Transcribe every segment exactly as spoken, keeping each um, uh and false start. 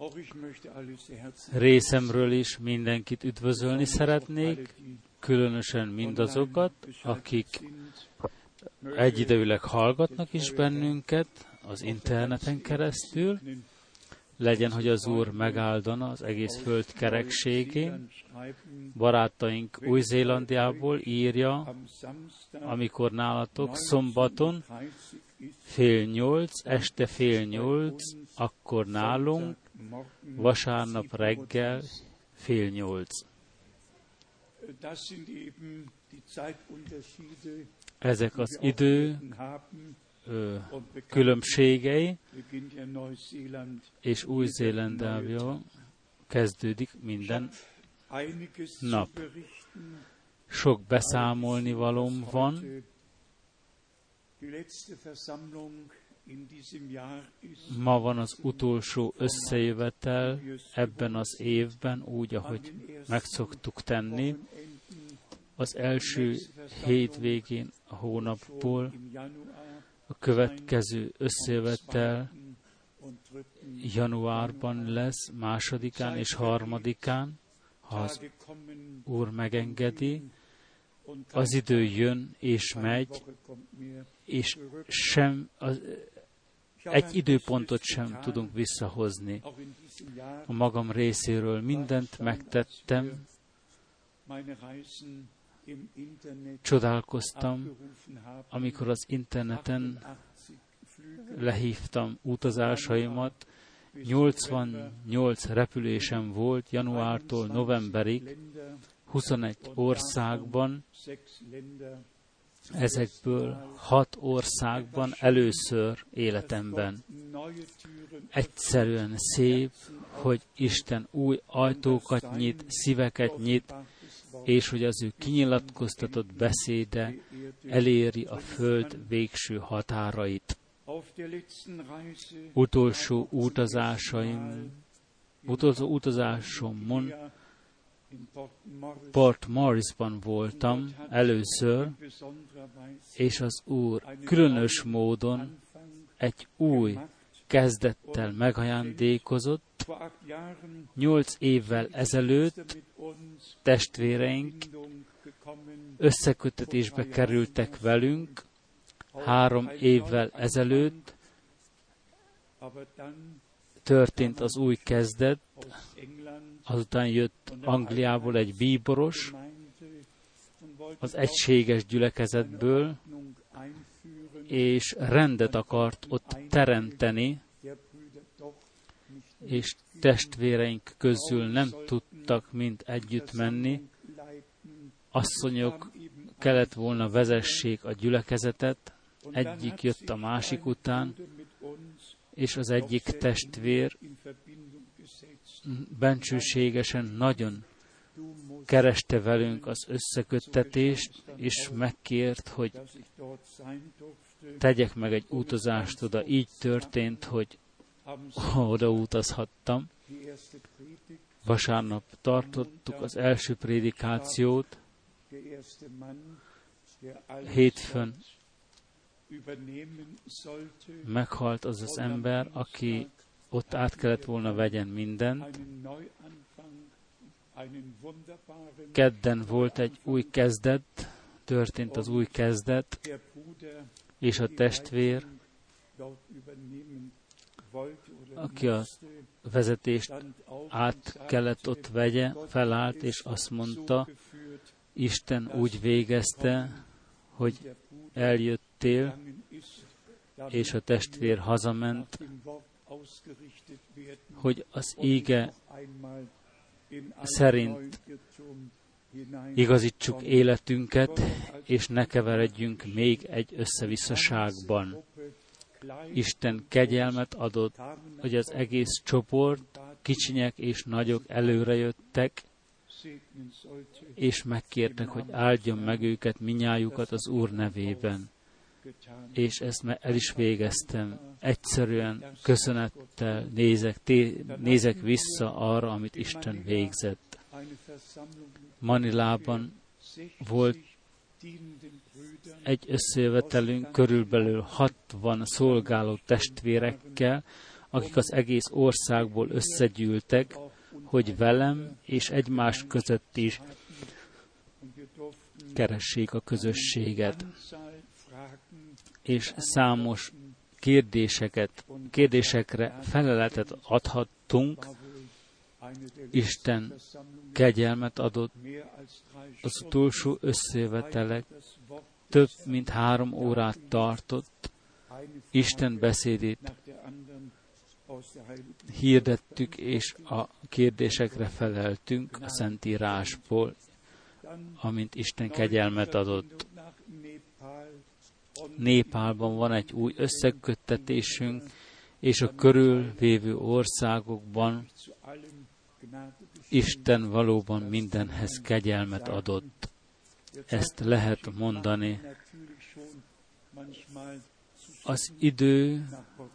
Részemről is mindenkit üdvözölni szeretnék, különösen mindazokat, akik egyidejűleg hallgatnak is bennünket az interneten keresztül. Legyen, hogy az Úr megáldana az egész föld kerekségén. Barátaink Új-Zélandiából írja, amikor nálatok szombaton fél nyolc, este fél nyolc, akkor nálunk vasárnap reggel fél nyolc. Ezek az idő ö, különbségei, és Új-Zélandával kezdődik minden nap. Sok beszámolni valóm van. Ma van az utolsó összejövetel ebben az évben, úgy, ahogy megszoktuk tenni. Az első hétvégén a hónapból a következő összejövetel januárban lesz, másodikán és harmadikán, ha az Úr megengedi. Az idő jön és megy, és sem, az, egy időpontot sem tudunk visszahozni. A magam részéről mindent megtettem, csodálkoztam, amikor az interneten lehívtam utazásaimat. nyolcvannyolc repülésem volt januártól novemberig, huszonegy országban, ezekből hat országban először életemben. Egyszerűen szép, hogy Isten új ajtókat nyit, szíveket nyit, és hogy az ő kinyilatkoztatott beszéde eléri a föld végső határait. Utolsó utazásaim, utolsó utazásomon Port Morrisban voltam először, és az Úr különös módon egy új kezdettel megajándékozott. Nyolc évvel ezelőtt testvéreink összekötetésbe kerültek velünk, három évvel ezelőtt történt az új kezdet, azután jött Angliából egy bíboros, az egységes gyülekezetből, és rendet akart ott teremteni, és testvéreink közül nem tudtak mind együtt menni. Asszonyok kellett volna vezessék a gyülekezetet, egyik jött a másik után, és az egyik testvér bensőségesen nagyon kereste velünk az összeköttetést, és megkért, hogy tegyek meg egy utazást oda. Így történt, hogy oda utazhattam. Vasárnap tartottuk az első prédikációt, hétfőn meghalt az az ember, aki ott át kellett volna vegyen mindent. Kedden volt egy új kezdet, történt az új kezdet, és a testvér, aki a vezetést át kellett ott vegye, felállt, és azt mondta, Isten úgy végezte, hogy eljöttél, és a testvér hazament, hogy az íge szerint igazítsuk életünket, és ne keveredjünk még egy összevisszaságban. Isten kegyelmet adott, hogy az egész csoport, kicsinyek és nagyok előrejöttek, és megkértek, hogy áldjon meg őket, minnyájukat az Úr nevében. És ezt el is végeztem. Egyszerűen köszönettel nézek, té- nézek vissza arra, amit Isten végzett. Manilában volt egy összejövetelünk körülbelül hatvan szolgáló testvérekkel, akik az egész országból összegyűltek, hogy velem és egymás között is keressék a közösséget. És számos kérdéseket, kérdésekre feleletet adhattunk. Isten kegyelmet adott, az utolsó összejövetelek több mint három órát tartott. Isten beszédét hirdettük, és a kérdésekre feleltünk a Szentírásból, amint Isten kegyelmet adott. Népálban van egy új összeköttetésünk, és a körülvévő országokban Isten valóban mindenhez kegyelmet adott. Ezt lehet mondani. Az idő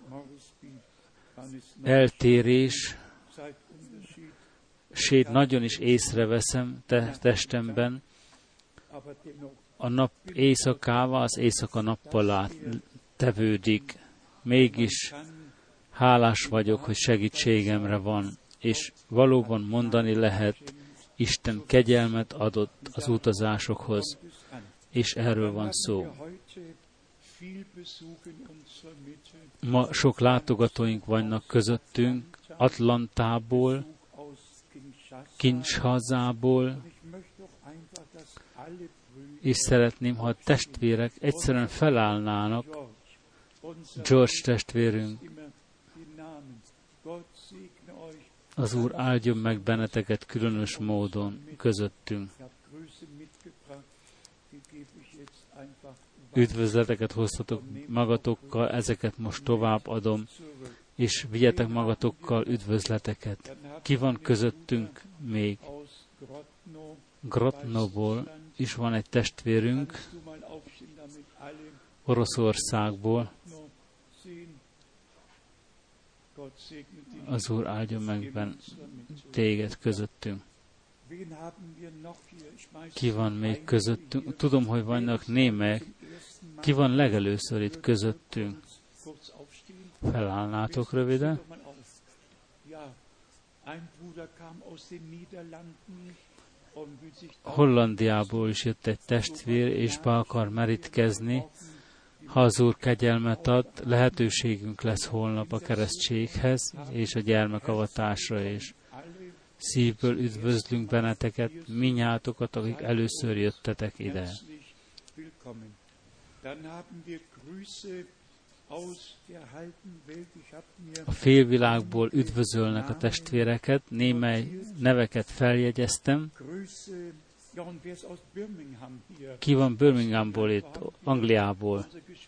eltérés, sét nagyon is észreveszem te, testemben, a nap éjszakával, az éjszaka nappal tevődik. Mégis hálás vagyok, hogy segítségemre van, és valóban mondani lehet, Isten kegyelmet adott az utazásokhoz, és erről van szó. Ma sok látogatóink vannak közöttünk, Atlantából, Kinshasából, és szeretném, ha a testvérek egyszerűen felállnának, George testvérünk, az Úr áldjon meg benneteket különös módon közöttünk. Üdvözleteket hoztatok magatokkal, ezeket most továbbadom, és vigyetek magatokkal üdvözleteket. Ki van közöttünk még? Grodnoból is van egy testvérünk, Oroszországból. Az Úr áldjon meg ben téged közöttünk. Ki van még közöttünk? Tudom, hogy vannak némek. Ki van legelőször itt közöttünk? Felállnátok röviden? Hollandiából is jött egy testvér, és be akar merítkezni. Ha az Úr kegyelmet ad, lehetőségünk lesz holnap a keresztséghez és a gyermekavatásra is. Szívből üdvözlünk benneteket, minnyátokat, akik először jöttetek ide. A félvilágból üdvözölnek a testvéreket, némely neveket feljegyeztem. Ki van Birminghamból itt, Angliából?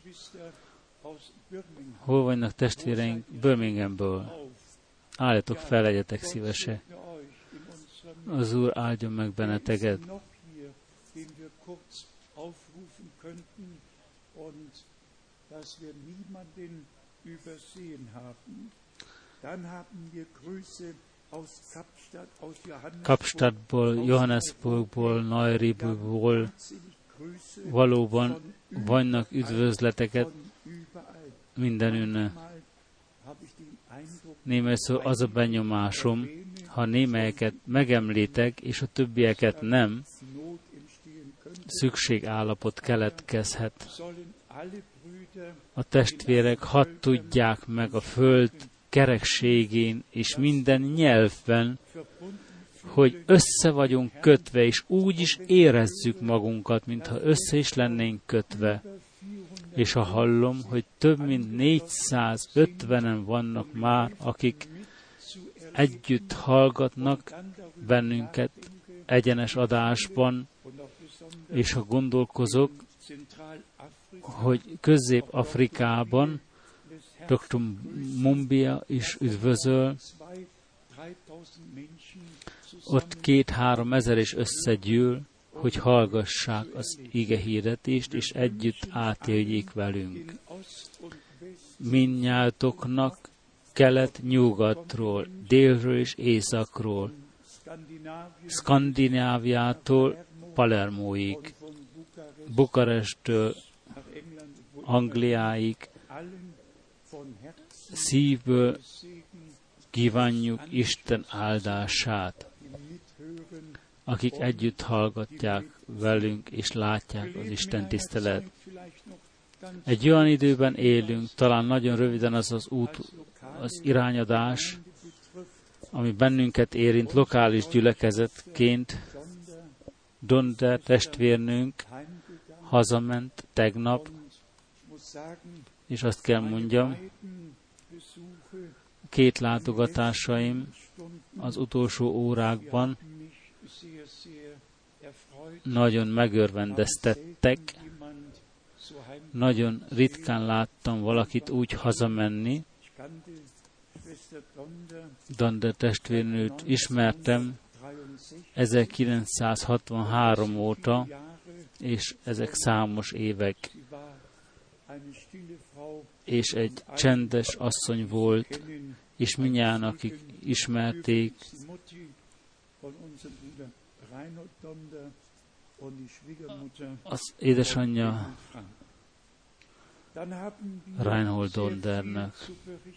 Hol vannak testvéreink Birminghamből? Álljatok fel, legyetek szívesek. Az Úr áldjon meg benneteket. Kapstadtból, Johannesburgból, Nairobíból valóban vannak üdvözleteket mindenütt. Némely szó az a benyomásom, ha némelyeket megemlítek, és a többieket nem, szükségállapot keletkezhet. A testvérek hadd tudják meg a föld kerekségén és minden nyelvben, hogy össze vagyunk kötve, és úgy is érezzük magunkat, mintha össze is lennénk kötve. És ha hallom, hogy több mint négyszázötvenen vannak már, akik együtt hallgatnak bennünket egyenes adásban, és ha gondolkozok, hogy Közép-Afrikában doktor Mumbia is üdvözöl, ott két-három ezer is összegyűl, hogy hallgassák az ige hirdetést, és együtt átjöjjék velünk. Mindnyájatoknak kelet-nyugatról, délről és északról, Skandináviától Palermóig, Bukarestől Angliáig szívből kívánjuk Isten áldását, akik együtt hallgatják velünk és látják az Isten tisztelet. Egy olyan időben élünk, talán nagyon röviden az az út, az irányadás, ami bennünket érint lokális gyülekezetként. Donder testvérnünk hazament tegnap, és azt kell mondjam, két látogatásaim az utolsó órákban nagyon megörvendeztettek. Nagyon ritkán láttam valakit úgy hazamenni. Donder testvérnőt ismertem ezerkilencszázhatvanhárom óta, és ezek számos évek. És egy csendes asszony volt, és mindjárt, akik ismerték, az édesanyja Reinhold Dondernek.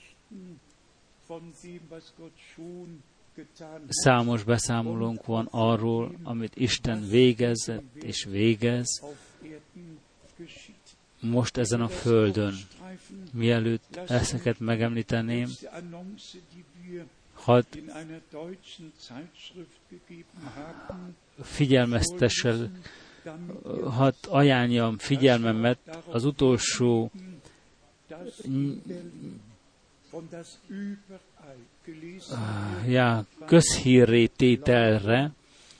Számos beszámolónk van arról, amit Isten végezett és végez most ezen a földön. Mielőtt ezeket megemlíteném, hadd figyelmeztessel, hadd ajánljam figyelmemet az utolsó ja, közhírrétételre,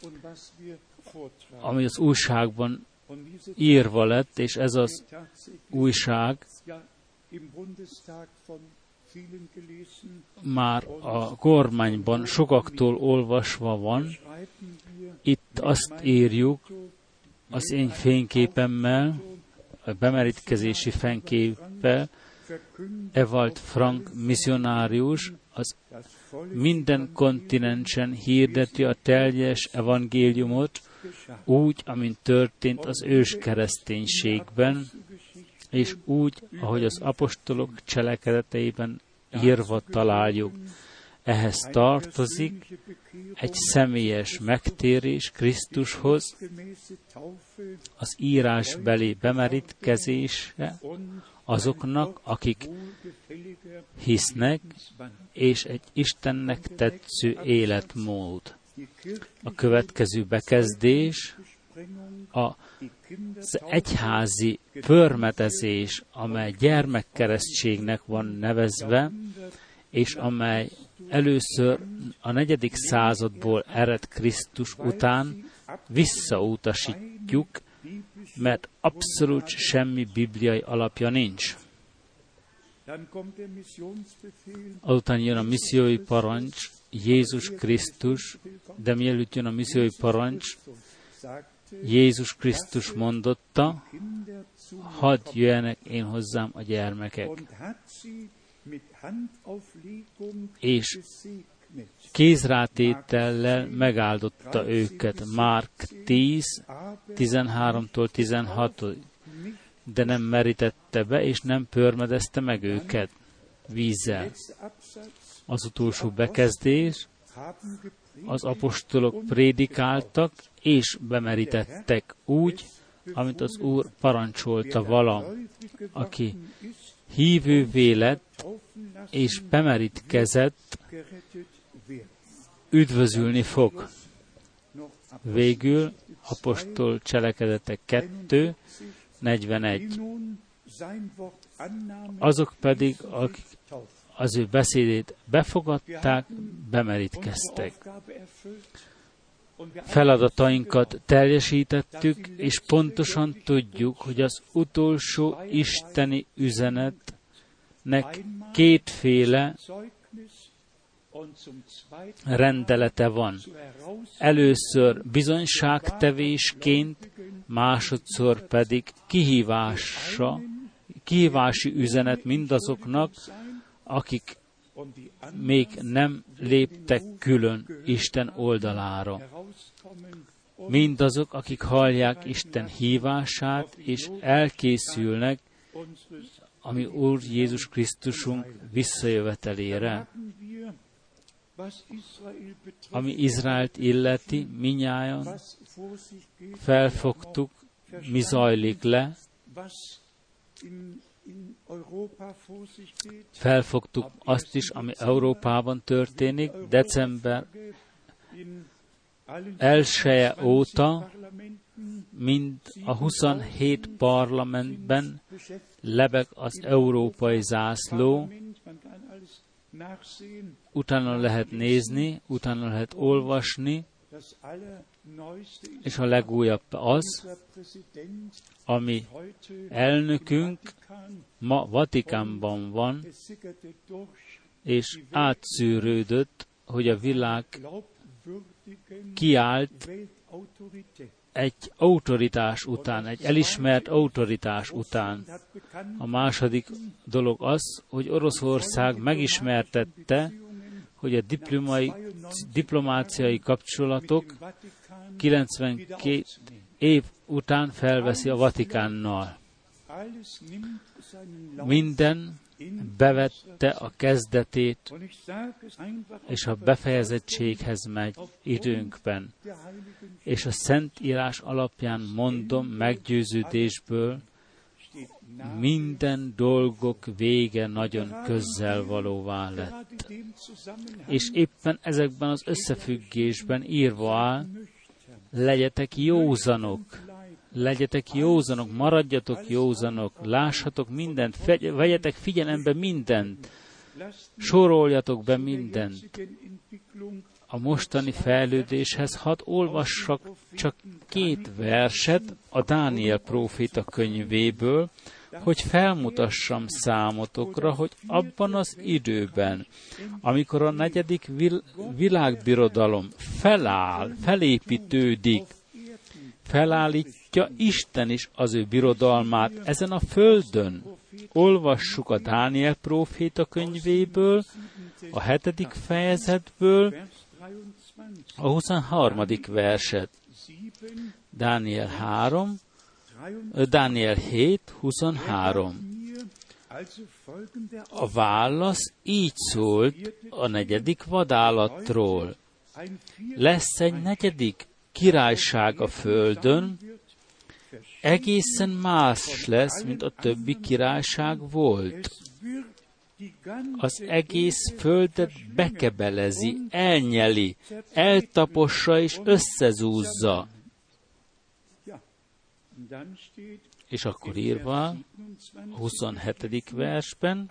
ami az újságban írva lett, és ez az újság már a kormányban sokaktól olvasva van. Itt azt írjuk az én fényképemmel, a bemerítkezési fényképpel, Ewald Frank misszionárius az minden kontinensen hirdeti a teljes evangéliumot, úgy, amint történt az ős kereszténységben, és úgy, ahogy az apostolok cselekedeteiben írva találjuk. Ehhez tartozik egy személyes megtérés Krisztushoz, az írásbeli bemerítkezése azoknak, akik hisznek, és egy Istennek tetsző életmód. A következő bekezdés az egyházi förmetezés, amely gyermekkeresztségnek van nevezve, és amely először a negyedik századból ered Krisztus után, visszautasítjuk, mert abszolút semmi bibliai alapja nincs. Azután jön a missziói parancs, Jézus Krisztus, de mielőtt jön a missziói parancs, Jézus Krisztus mondotta, hadd jöjjenek én hozzám a gyermekek. És kézrátétellel megáldotta őket. Márk tíz, tizenháromtól tizenhatig, de nem merítette be, és nem pörmedezte meg őket vízzel. Az utolsó bekezdés, az apostolok prédikáltak, és bemerítettek úgy, amit az Úr parancsolta vala, aki hívővé lett, és bemerítkezett, üdvözülni fog. Végül apostol cselekedetek kettő, negyvenegy. Azok pedig, akik az ő beszédét befogadták, bemerítkeztek. Feladatainkat teljesítettük, és pontosan tudjuk, hogy az utolsó isteni üzenetnek kétféle rendelete van. Először bizonyságtevésként, másodszor pedig kihívása, kihívási üzenet mindazoknak, akik még nem léptek külön Isten oldalára. Mindazok, akik hallják Isten hívását, és elkészülnek ami Úr Jézus Krisztusunk visszajövetelére. Ami Izraelt illeti, minnyájan felfogtuk, mi zajlik le, felfogtuk azt is, ami Európában történik, december elseje óta, mind a huszonhét parlamentben lebeg az európai zászló, utána lehet nézni, utána lehet olvasni, és a legújabb az, ami elnökünk ma Vatikánban van, és átszűrődött, hogy a világ kiállt egy autoritás után, egy elismert autoritás után. A második dolog az, hogy Oroszország megismertette, hogy a diplomai, diplomáciai kapcsolatok kilencvenkét év után felveszi a Vatikánnal. Minden bevette a kezdetét, és a befejezettséghez megy időnkben. És a Szentírás alapján mondom meggyőződésből, minden dolgok vége nagyon közel valóvá lett. És éppen ezekben az összefüggésben írva áll, legyetek józanok, legyetek józanok, maradjatok józanok, lássatok mindent, vegyetek figyelembe mindent, soroljatok be mindent. A mostani fejlődéshez hadd olvassak csak két verset a Dániel próféta könyvéből, hogy felmutassam számotokra, hogy abban az időben, amikor a negyedik vil- világbirodalom feláll, felépítődik, felállítja Isten is az ő birodalmát ezen a földön. Olvassuk a Dániel próféta könyvéből, a hetedik fejezetből, a huszonharmadik verset. Dániel három, Dániel hét, huszonhárom. A válasz így szólt a negyedik vadállatról. Lesz egy negyedik királyság a földön, egészen más lesz, mint a többi királyság volt. Az egész földet bekebelezi, elnyeli, eltapossa és összezúzza. És akkor írva a huszonhetedik versben,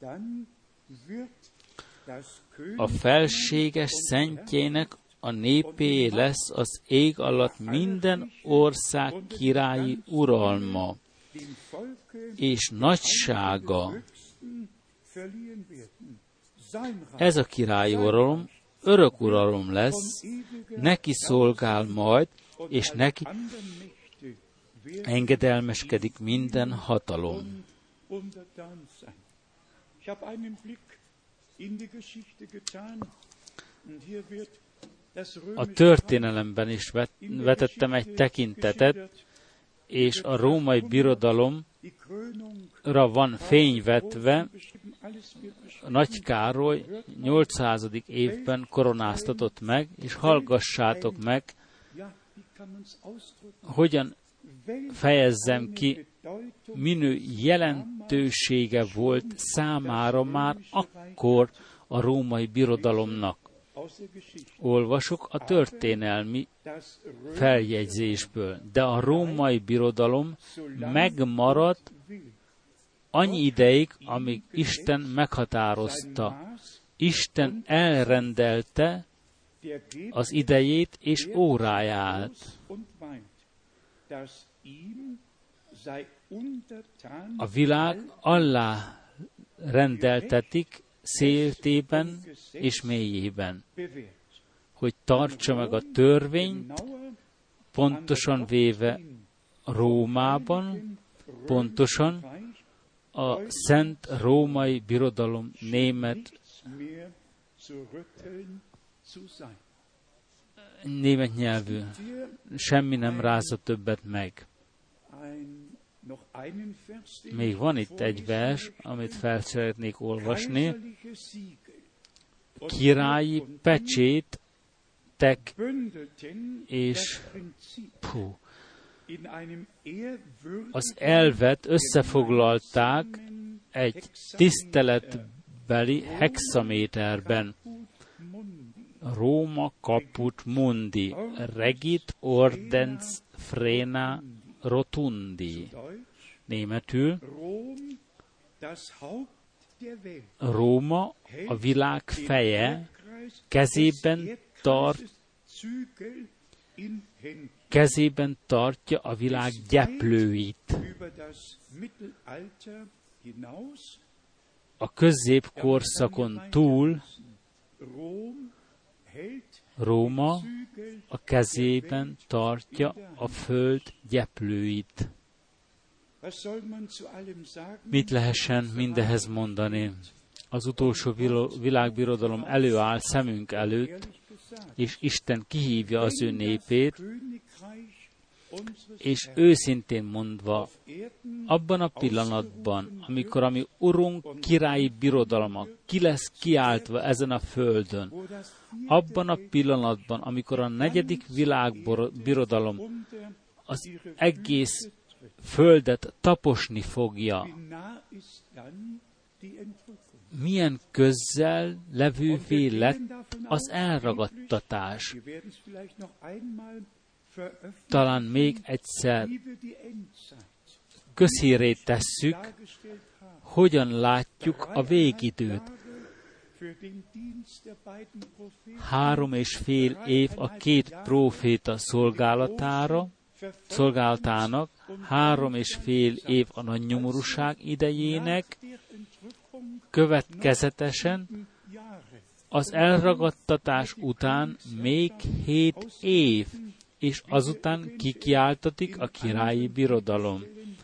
a felséges szentjének a népé lesz az ég alatt minden ország királyi uralma, és nagysága. Ez a királyi uralom örök uralom lesz, neki szolgál majd, és neki engedelmeskedik minden hatalom. A történelemben is vetettem egy tekintetet, és a római birodalomra van fényvetve. Nagy Károly nyolcszázadik évben koronáztatott meg, és hallgassátok meg, hogyan fejezzem ki, minő jelentősége volt számára már akkor a római birodalomnak. Olvasok a történelmi feljegyzésből, de a római birodalom megmaradt annyi ideig, amíg Isten meghatározta. Isten elrendelte az idejét és óráját. A világ alá rendeltetik széltében és mélyében, hogy tartsa meg a törvényt, pontosan véve Rómában, pontosan a Szent Római Birodalom német német nyelvű. Semmi nem rázza többet meg. Még van itt egy vers, amit fel szeretnék olvasni. Királyi pecsétek és pú, az elvet összefoglalták egy tiszteletbeli hexaméterben. Róma caput mundi, regit ordens frena rotundi. Németül, Róma a világ feje, kezében tart, kezében tartja a világ gyeplőit. A középkorszakon túl Róma a kezében tartja a föld gyeplőit. Mit lehessen mindehez mondani? Az utolsó világbirodalom előáll szemünk előtt, és Isten kihívja az ő népét, és őszintén mondva, abban a pillanatban, amikor a mi urunk királyi birodalma ki lesz kiáltva ezen a földön, abban a pillanatban, amikor a negyedik világbirodalom az egész földet taposni fogja, milyen közzel levővé lett az elragadtatás. Talán még egyszer közhírré tesszük, hogyan látjuk a végidőt. Három és fél év a két próféta szolgálatára, szolgálatának, három és fél év a nagy nyomorúság idejének, következetesen az elragadtatás után még hét év, és azután kikiáltatik a királyi birodalom.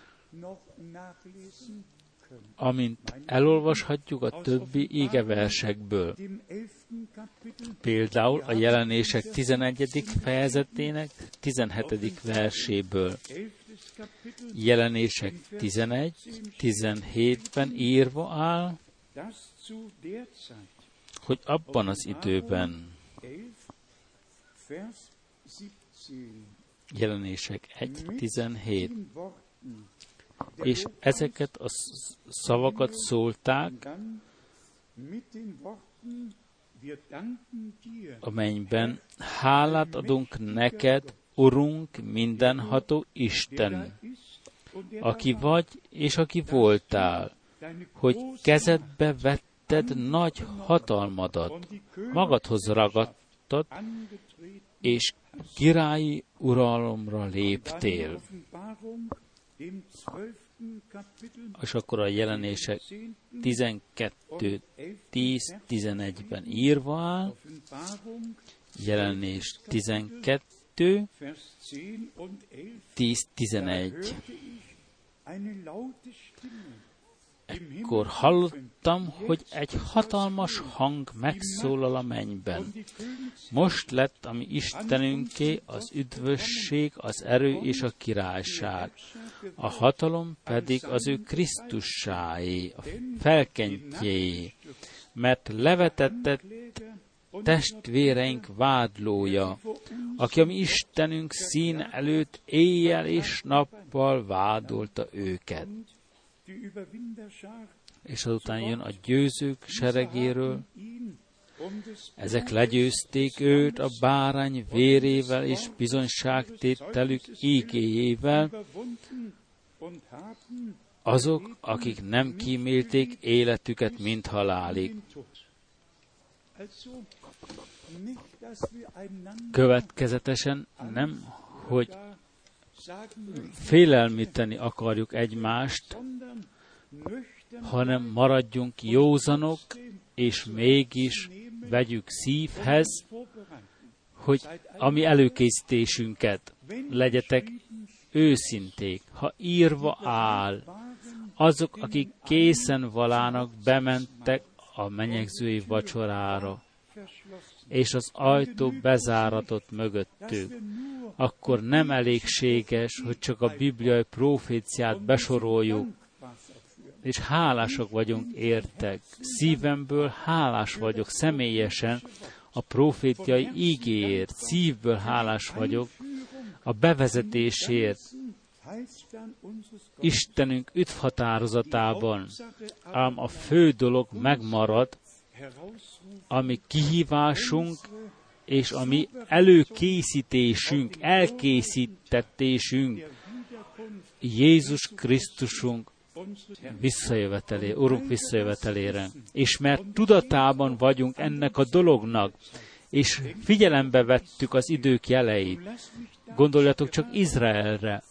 Amint elolvashatjuk a többi ígeversekből. Például a Jelenések tizenegyedik fejezetének tizenhetedik verséből. Jelenések tizenegy tizenhétben írva áll, hogy abban az időben, Jelenések egy tizenhét, és ezeket a szavakat szólták a mennyben: hálát adunk neked, Urunk, mindenható Isten, aki vagy és aki voltál, hogy kezedbe vetted nagy hatalmadat, magadhoz ragadtad, és királyi uralomra léptél. És akkor a Jelenések tizenkettő tíz tizenegyben írva áll, Jelenés tizenkettő tíz tizenegy. Ekkor hallottam, hogy egy hatalmas hang megszólal a mennyben. Most lett a mi Istenünké az üdvösség, az erő és a királyság. A hatalom pedig az ő Krisztussáé, a felkentjéé, mert levetetett testvéreink vádlója, aki a mi Istenünk szín előtt éjjel és nappal vádolta őket. És azután jön a győzők seregéről. Ezek legyőzték őt a bárány vérével és bizonyságtételük ígéjével, azok, akik nem kímélték életüket, mint halálig. Következetesen nem, hogy félelmíteni akarjuk egymást, hanem maradjunk józanok, és mégis vegyük szívhez, hogy a mi előkészítésünket legyetek őszinték. Ha írva áll, azok, akik készen valának, bementek a menyegzői vacsorára. és az ajtó bezáratott mögöttük, akkor nem elégséges, hogy csak a bibliai proféciát besoroljuk, és hálások vagyunk értek. Szívemből hálás vagyok személyesen a profétiai ígéért, szívből hálás vagyok a bevezetésért, Istenünk üdvhatározatában, ám a fő dolog megmarad, ami kihívásunk, és a mi előkészítésünk, elkészítettésünk, Jézus Krisztusunk visszajövetelé, Urunk visszajövetelére. És mert tudatában vagyunk ennek a dolognak, és figyelembe vettük az idők jeleit, gondoljatok csak Izraelre,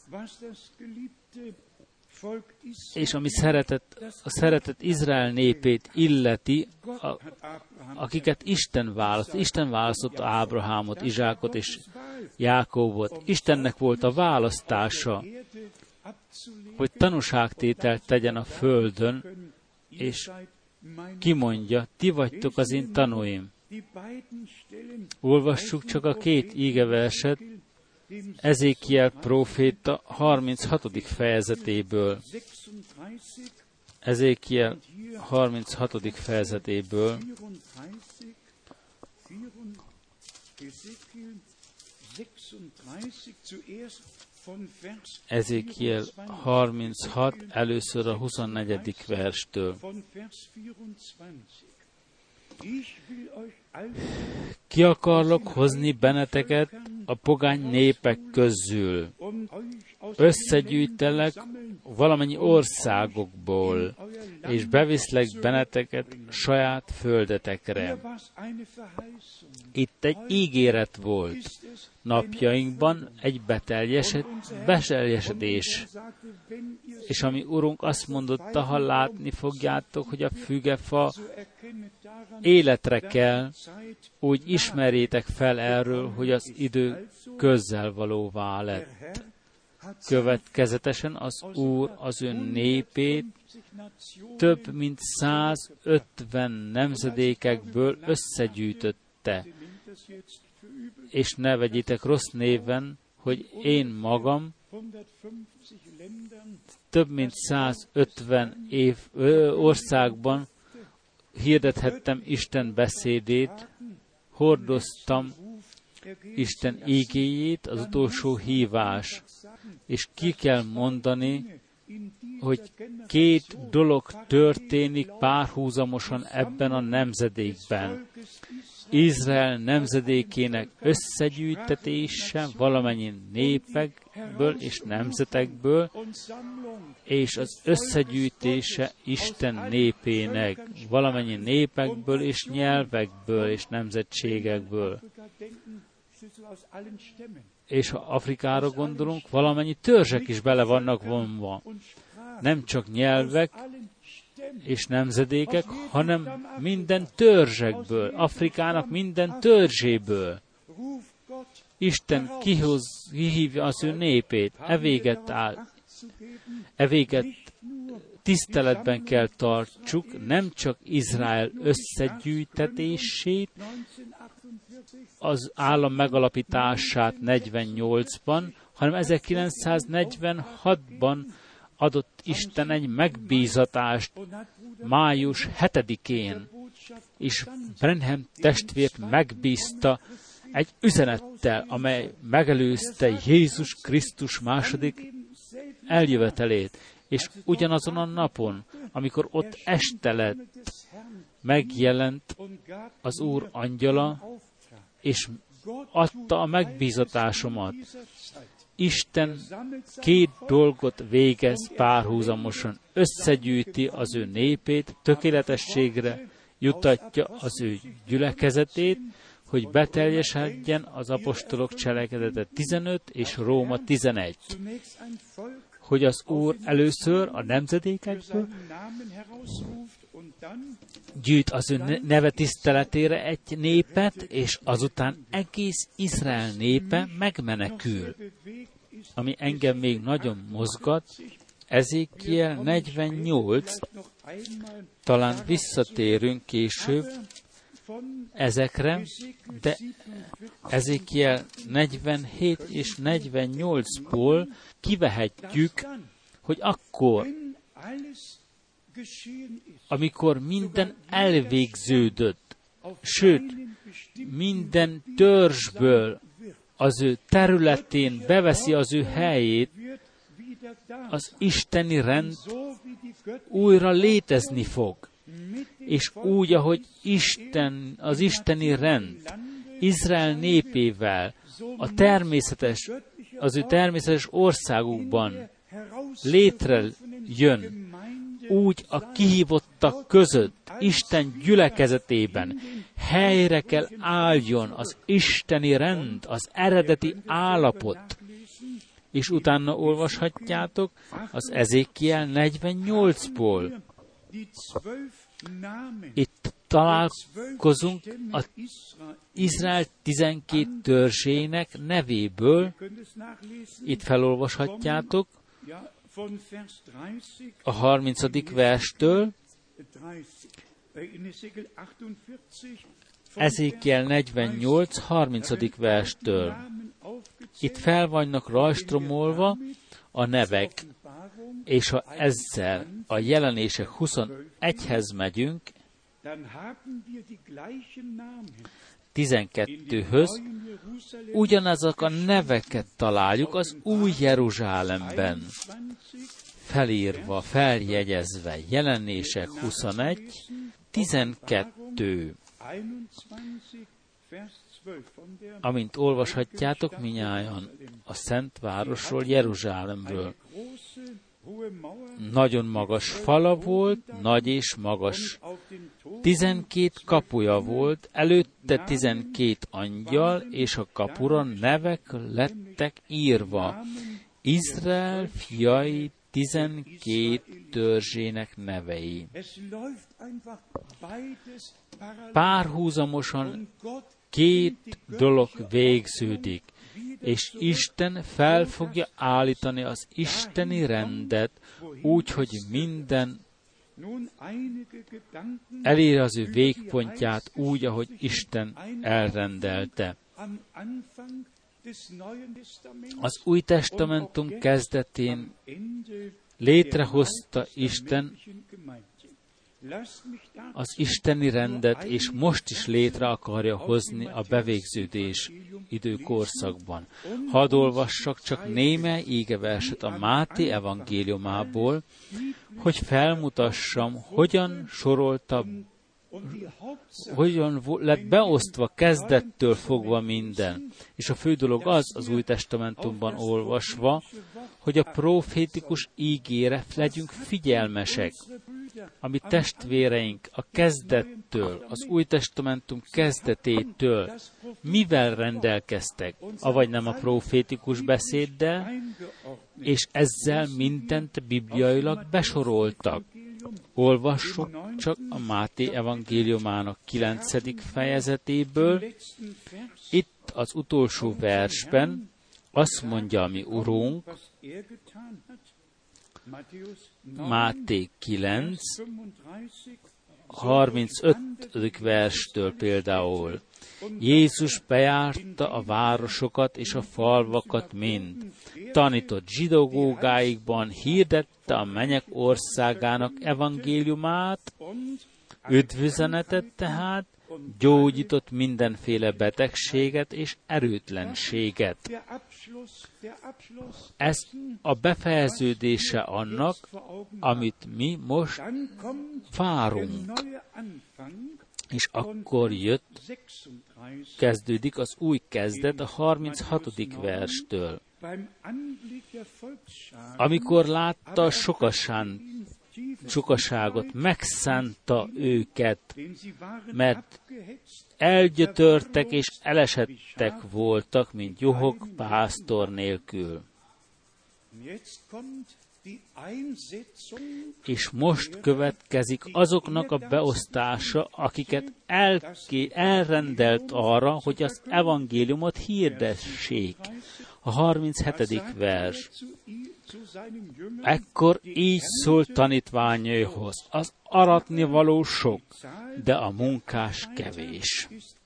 és ami szeretett, a szeretett Izrael népét illeti, a, akiket Isten választ. Isten választotta Ábrahámot, Izsákot és Jákóbot. Istennek volt a választása, hogy tanúságtételt tegyen a földön, és kimondja, ti vagytok az én tanúim. Olvassuk csak a két ígeverset, Ezékiel próféta harminchatodik fejezetéből. Ezékiel harminchatodik fejezetéből. Ezékiel harminchat, először a huszonnegyedik verstől. Ki akarlak hozni benneteket a pogány népek közül. Összegyűjtelek valamennyi országokból, és beviszlek benneteket saját földetekre. Itt egy ígéret volt. Napjainkban egy beteljesedés. És ami Urunk azt mondotta, ha látni fogjátok, hogy a fügefa életre kell, úgy ismerjétek fel erről, hogy az idő közelvalóvá lett. Következetesen az Úr az ön népét több mint százötven nemzedékekből összegyűjtötte. És ne vegyétek rossz néven, hogy én magam több mint százötven év ö, országban hirdethettem Isten beszédét, hordoztam Isten ígéjét, az utolsó hívás. És ki kell mondani, hogy két dolog történik párhuzamosan ebben a nemzedékben. Izrael nemzedékének összegyűjtetése valamennyi népekből és nemzetekből, és az összegyűjtése Isten népének valamennyi népekből és nyelvekből és nemzetségekből. És ha Afrikára gondolunk, valamennyi törzsek is bele vannak vonva. Nem csak nyelvek és nemzedékek, hanem minden törzsekből, Afrikának minden törzséből. Isten kihoz, kihívja az ő népét, e véget áll, e véget tiszteletben kell tartsuk, nem csak Izrael összegyűjtetését, az állam megalapítását negyvennyolcban, hanem ezerkilencszáznegyvenhatban adott Isten egy megbízatást május hetedikén, és Branham testvért megbízta egy üzenettel, amely megelőzte Jézus Krisztus második eljövetelét, és ugyanazon a napon, amikor ott este lett, megjelent az Úr angyala, és adta a megbízatásomat. Isten két dolgot végez párhuzamosan. Összegyűjti az ő népét, tökéletességre jutatja az ő gyülekezetét, hogy beteljesedjen az apostolok cselekedete tizenöt és Róma tizenegy. Hogy az Úr először a nemzedékekből gyűjt az ő neve tiszteletére egy népet, és azután egész Izrael népe megmenekül. Ami engem még nagyon mozgat, Ezékiel negyvennyolc, talán visszatérünk később, ezekre, de Ezékiel negyvenhét és negyvennyolcból kivehetjük, hogy akkor, amikor minden elvégződött, sőt, minden törzsből az ő területén beveszi az ő helyét, az isteni rend újra létezni fog. És úgy, ahogy Isten, az isteni rend Izrael népével a természetes, az ő természetes országukban létrejön, úgy a kihívottak között, Isten gyülekezetében helyre kell álljon az isteni rend, az eredeti állapot. És utána olvashatjátok az Ezékiel negyvennyolcból. Itt találkozunk az Izrael tizenkét törzsének nevéből. Itt felolvashatjátok a harmincadik verstől. Ezékiel negyvennyolc harmincadik verstől. Itt fel vannak rajstromolva a nevek, és ha ezzel a jelenések huszonegyhez megyünk, tizenkettőhöz, ugyanazok a neveket találjuk az új Jeruzsálemben, felírva, feljegyezve, jelenések huszonegy, tizenkettő. Amint olvashatjátok minnyájan a Szent Városról, Jeruzsálemről. Nagyon magas fala volt, nagy és magas. Tizenkét kapuja volt, előtte tizenkét angyal, és a kapura nevek lettek írva. Izrael fiai tizenkét törzsének nevei. Párhuzamosan két dolog végződik, és Isten fel fogja állítani az isteni rendet úgy, hogy minden elér az ő végpontját úgy, ahogy Isten elrendelte. Az Új Testamentum kezdetén létrehozta Isten az isteni rendet, és most is létre akarja hozni a bevégződés időkorszakban. Hadd olvassak csak némely égeverset a Máté evangéliumából, hogy felmutassam, hogyan sorolta, hogyan lett beosztva kezdettől fogva minden. És a fő dolog az, az Új Testamentumban olvasva, hogy a profétikus ígére legyünk figyelmesek. Ami testvéreink a kezdettől, az Új Testamentum kezdetétől mivel rendelkeztek, avagy nem a profétikus beszéddel, és ezzel mindent bibliailag besoroltak. Olvassuk csak a Máté evangéliumának kilencedik fejezetéből. Itt az utolsó versben azt mondja a mi Urunk, Máté kilenc, harmincötödik verstől például. Jézus bejárta a városokat és a falvakat mind. Tanított zsinagógáikban, hirdette a mennyek országának evangéliumát, üdvüzenetet tehát, gyógyított mindenféle betegséget és erőtlenséget. Ez a befejeződése annak, amit mi most várunk. És akkor jött, kezdődik az új kezdet a harminchatodik verstől. Amikor látta a sokasán, sokaságot, megszánta őket, mert elgyötörtek és elesettek voltak, mint juhok pásztor nélkül. És most következik azoknak a beosztása, akiket elké, elrendelt arra, hogy az evangéliumot hirdessék. A harminchetedik vers. Ekkor így szólt tanítványaihoz: az aratni való sok, de a munkás kevés.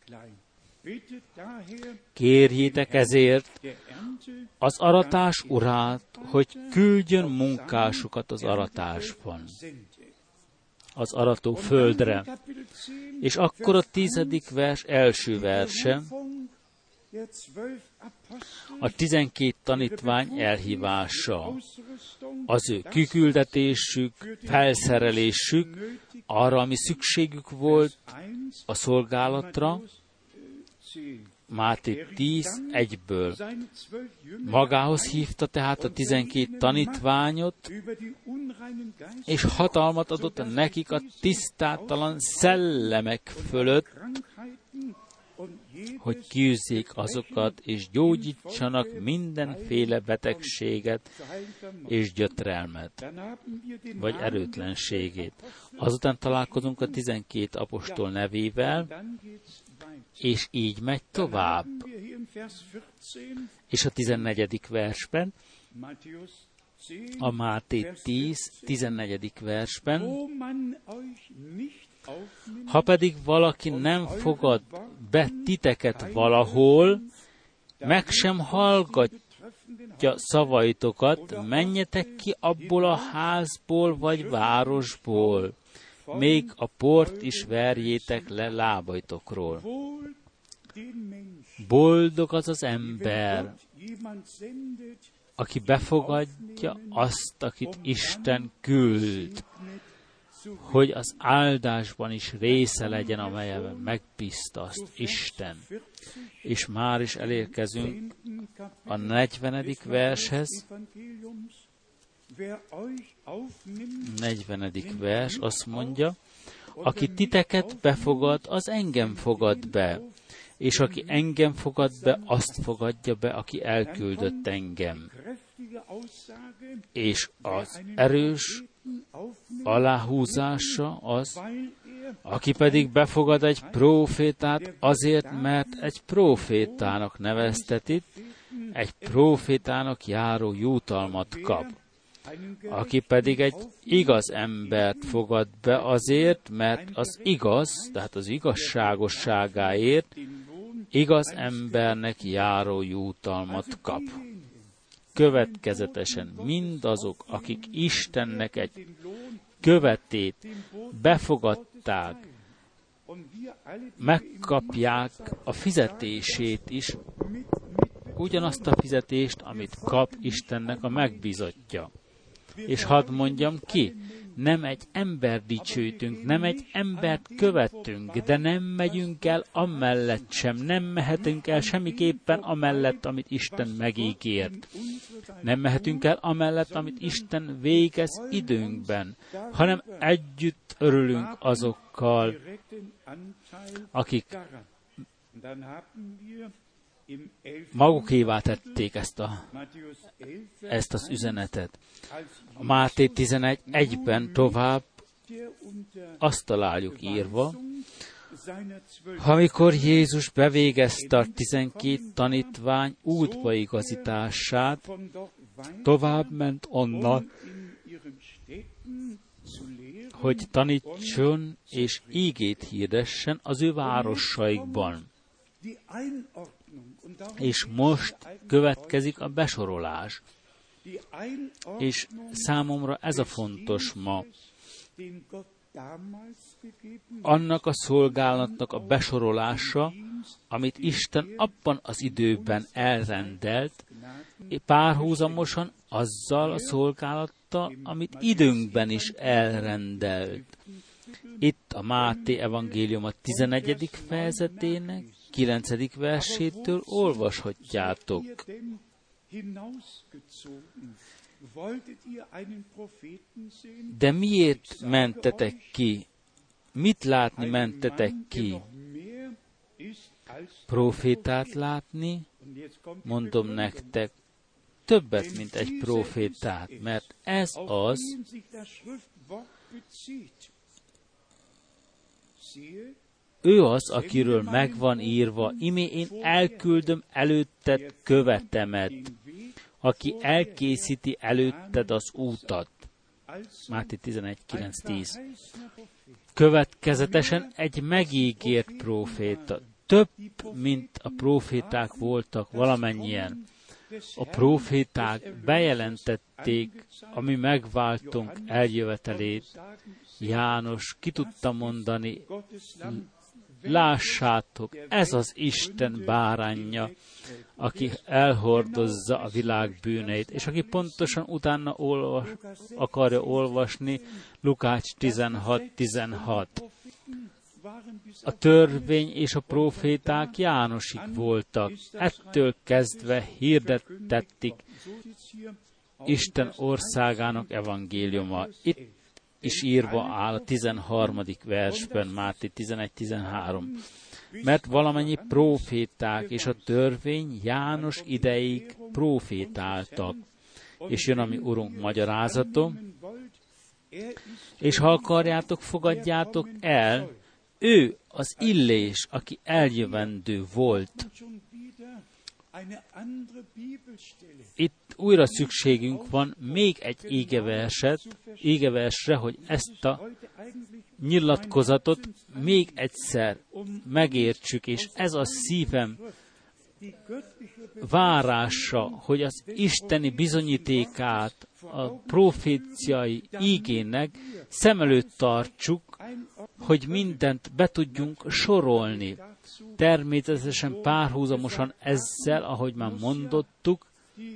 Kérjétek ezért az aratás urát, hogy küldjön munkásokat az aratásban, az arató földre. És akkor a tizedik vers első verse, a tizenkét tanítvány elhívása, az ő kiküldetésük, felszerelésük, arra, ami szükségük volt a szolgálatra, Máté tíz egyből. Magához hívta tehát a tizenkét tanítványot, és hatalmat adott nekik a tisztátalan szellemek fölött, hogy kiűzzék azokat, és gyógyítsanak mindenféle betegséget és gyötrelmet, vagy erőtlenségét. Azután találkozunk a tizenkét apostol nevével, és így megy tovább. És a tizennegyedik versben, a Máté tíz tizennegyedik versben, ha pedig valaki nem fogad be titeket valahol, meg sem hallgatja szavaitokat, menjetek ki abból a házból vagy városból, még a port is verjétek le lábaitokról. Boldog az az ember, aki befogadja azt, akit Isten küld, hogy az áldásban is része legyen, amelyen megbíztaszt Isten. És már is elérkezünk a negyvenedik vershez. negyvenedik vers azt mondja, aki titeket befogad, az engem fogad be, és aki engem fogad be, azt fogadja be, aki elküldött engem. És az erős aláhúzása az, aki pedig befogad egy prófétát azért, mert egy prófétának neveztetik, egy prófétának járó jutalmat kap. Aki pedig egy igaz embert fogad be azért, mert az igaz, tehát az igazságosságáért igaz embernek járó jutalmat kap. Következetesen mindazok, akik Istennek egy követét befogadták, megkapják a fizetését is, ugyanazt a fizetést, amit kap Istennek a megbízottja. És hadd mondjam ki, nem egy ember dicsőítünk, nem egy embert követünk, de nem megyünk el amellett sem, nem mehetünk el semmiképpen amellett, amit Isten megígért. Nem mehetünk el amellett, amit Isten végez időnkben, hanem együtt örülünk azokkal, akik magukévá tették ezt, a, ezt az üzenetet. A Máté tizenegy egyben tovább azt találjuk írva, amikor Jézus bevégezte a tizenkét tanítvány útbaigazítását, tovább ment onnan, hogy tanítson és ígét hirdessen az ő városaikban. És most következik a besorolás. És számomra ez a fontos ma. Annak a szolgálatnak a besorolása, amit Isten abban az időben elrendelt, párhuzamosan azzal a szolgálattal, amit időnkben is elrendelt. Itt a Máté evangélium a tizennegyedik fejezetének kilencedik versétől olvashatjátok. De miért mentetek ki? Mit látni mentetek ki? Profétát látni? Mondom nektek, többet, mint egy profétát, mert ez az, ő az, akiről megvan írva, imé én elküldöm előtted követemet, aki elkészíti előtted az útat. Máté tizenegy kilenc tíz. Következetesen egy megígért próféta. Több, mint a próféták voltak valamennyien. A próféták bejelentették a mi megváltunk eljövetelét. János ki tudta mondani, lássátok, ez az Isten báránja, aki elhordozza a világ bűneit, és aki pontosan utána olvas, akarja olvasni Lukács tizenhat tizenhat. A törvény és a próféták Jánosig voltak, ettől kezdve hirdettették Isten országának evangéliuma. Itt is írva áll a tizenharmadik versben, Máté tizenegy tizenhárom. Mert valamennyi próféták és a törvény János ideig prófétáltak. És jön a mi Urunk magyarázata, és ha akarjátok, fogadjátok el, ő az Illés, aki eljövendő volt. Itt újra szükségünk van még egy égeverset, égeversre, hogy ezt a nyilatkozatot még egyszer megértsük, és ez a szívem várása, hogy az isteni bizonyítékát a proféciai ígének szem előtt tartsuk, hogy mindent be tudjunk sorolni. Természetesen párhuzamosan ezzel, ahogy már mondottuk,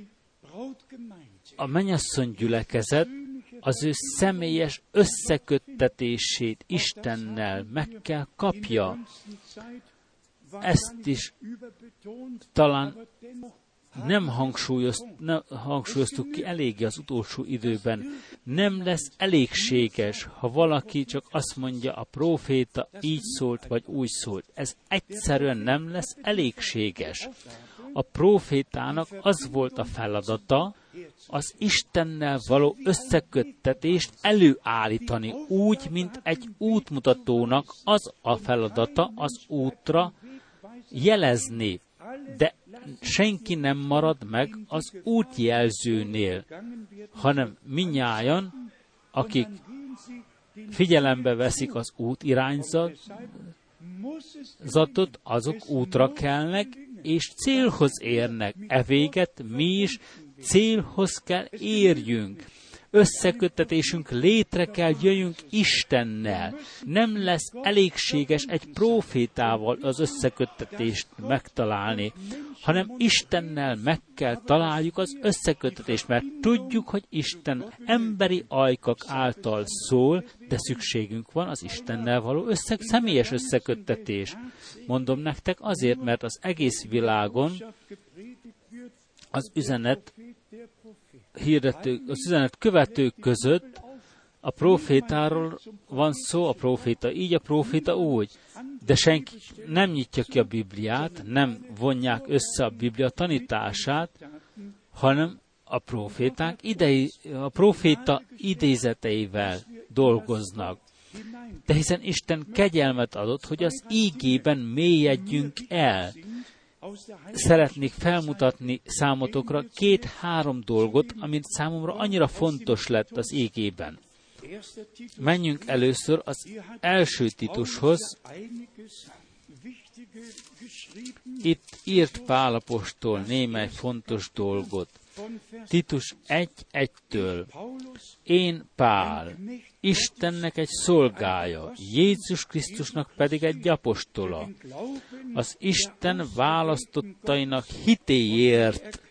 a mennyasszony gyülekezet az ő személyes összeköttetését Istennel meg kell kapja. Ezt is talán nem, hangsúlyozt, nem hangsúlyoztuk ki eléggé az utolsó időben. Nem lesz elégséges, ha valaki csak azt mondja, a próféta így szólt, vagy úgy szólt. Ez egyszerűen nem lesz elégséges. A prófétának az volt a feladata, az Istennel való összeköttetést előállítani, úgy, mint egy útmutatónak az a feladata az útra jelezni. De senki nem marad meg az útjelzőnél, hanem mindnyájan, akik figyelembe veszik az útirányzatot, azok útra kelnek, és célhoz érnek. E véget mi is célhoz kell érjünk. Összeköttetésünk létre kell jöjjünk Istennel. Nem lesz elégséges egy prófétával az összeköttetést megtalálni, hanem Istennel meg kell találjuk az összeköttetést, mert tudjuk, hogy Isten emberi ajkak által szól, de szükségünk van az Istennel való össze, személyes összeköttetés. Mondom nektek azért, mert az egész világon az üzenet hirdető, az üzenet követők között a prófétáról van szó, a próféta így, a próféta úgy, de senki nem nyitja ki a Bibliát, nem vonják össze a Biblia tanítását, hanem a próféták idei, a próféta idézeteivel dolgoznak. De hiszen Isten kegyelmet adott, hogy az ígében mélyedjünk el. Szeretnék felmutatni számotokra két-három dolgot, amit számomra annyira fontos lett az ígében. Menjünk először az első Titushoz. Itt írt Pál apostol némely fontos dolgot. Titus egy egytől. Én Pál, Istennek egy szolgája, Jézus Krisztusnak pedig egy apostola, az Isten választottainak hitéért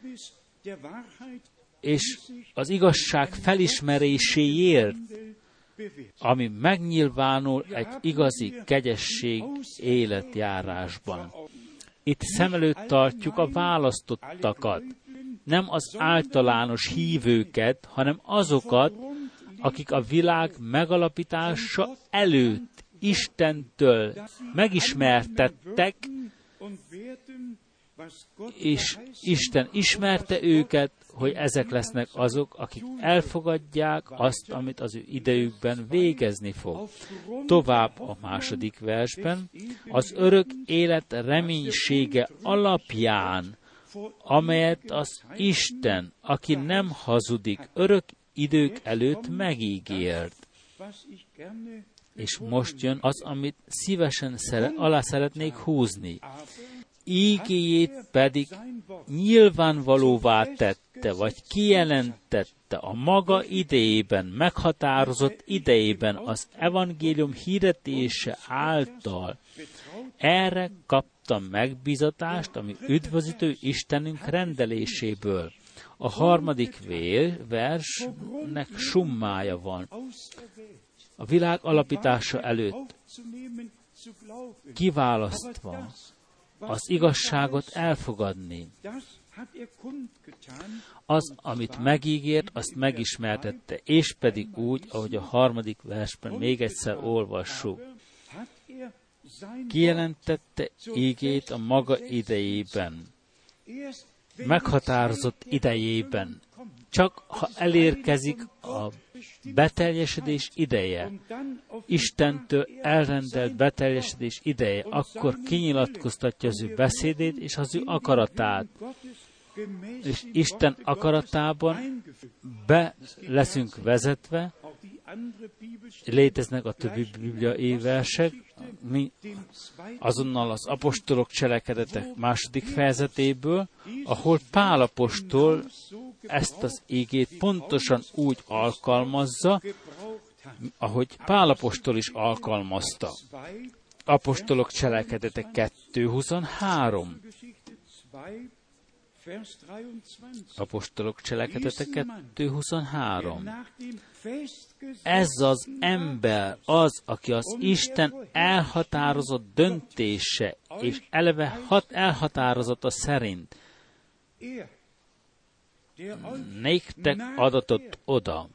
és az igazság felismeréséért, ami megnyilvánul egy igazi kegyesség életjárásban. Itt szem előtt tartjuk a választottakat, nem az általános hívőket, hanem azokat, akik a világ megalapítása előtt Istentől megismertettek, és Isten ismerte őket, hogy ezek lesznek azok, akik elfogadják azt, amit az ő idejükben végezni fog. Tovább a második versben, az örök élet reménysége alapján, amelyet az Isten, aki nem hazudik, örök idők előtt megígért. És most jön az, amit szívesen szeret, alá szeretnék húzni. Ígéjét pedig nyilvánvalóvá tette, vagy kijelentette a maga idejében, meghatározott idejében az evangélium hirdetése által. Erre kaptam megbízatást, ami üdvözítő Istenünk rendeléséből. A harmadik versnek summája van. A világ alapítása előtt kiválasztva az igazságot elfogadni. Az, amit megígért, azt megismertette, és pedig úgy, ahogy a harmadik versben még egyszer olvassuk. Kijelentette ígét a maga idejében, meghatározott idejében. Csak ha elérkezik a beteljesedés ideje, Istentől elrendelt beteljesedés ideje, akkor kinyilatkoztatja az ő beszédét és az ő akaratát. És Isten akaratában be leszünk vezetve, léteznek a többi bibliai versek, mi azonnal az apostolok cselekedetek második fejezetéből, ahol Pál apostol ezt az ígét pontosan úgy alkalmazza, ahogy Pál apostol is alkalmazta. Apostolok cselekedetek kettő huszonhárom. Apostolok cselekedetek kettő huszonhárom. Ez az ember az, aki az Isten elhatározott döntése, és eleve hat elhatározata szerint néktek adatott oda.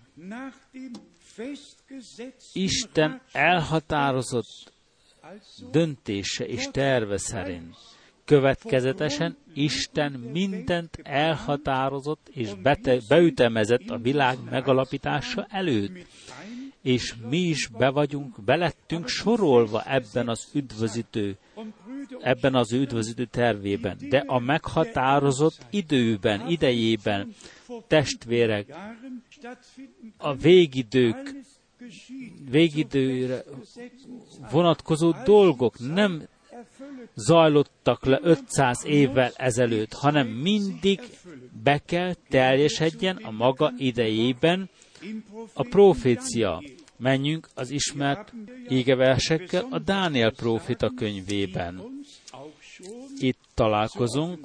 Isten elhatározott döntése és terve szerint. Következetesen Isten mindent elhatározott és bete, beütemezett a világ megalapítása előtt. És mi is be vagyunk, belettünk sorolva ebben az üdvözítő, ebben az üdvözítő tervében. De a meghatározott időben, idejében, testvérek, a végidők, végidőre vonatkozó dolgok nem zajlottak le ötszáz évvel ezelőtt, hanem mindig be kell teljesedjen a maga idejében a profécia. Menjünk az ismert ígeversekkel a Dániel próféta könyvében. Itt találkozunk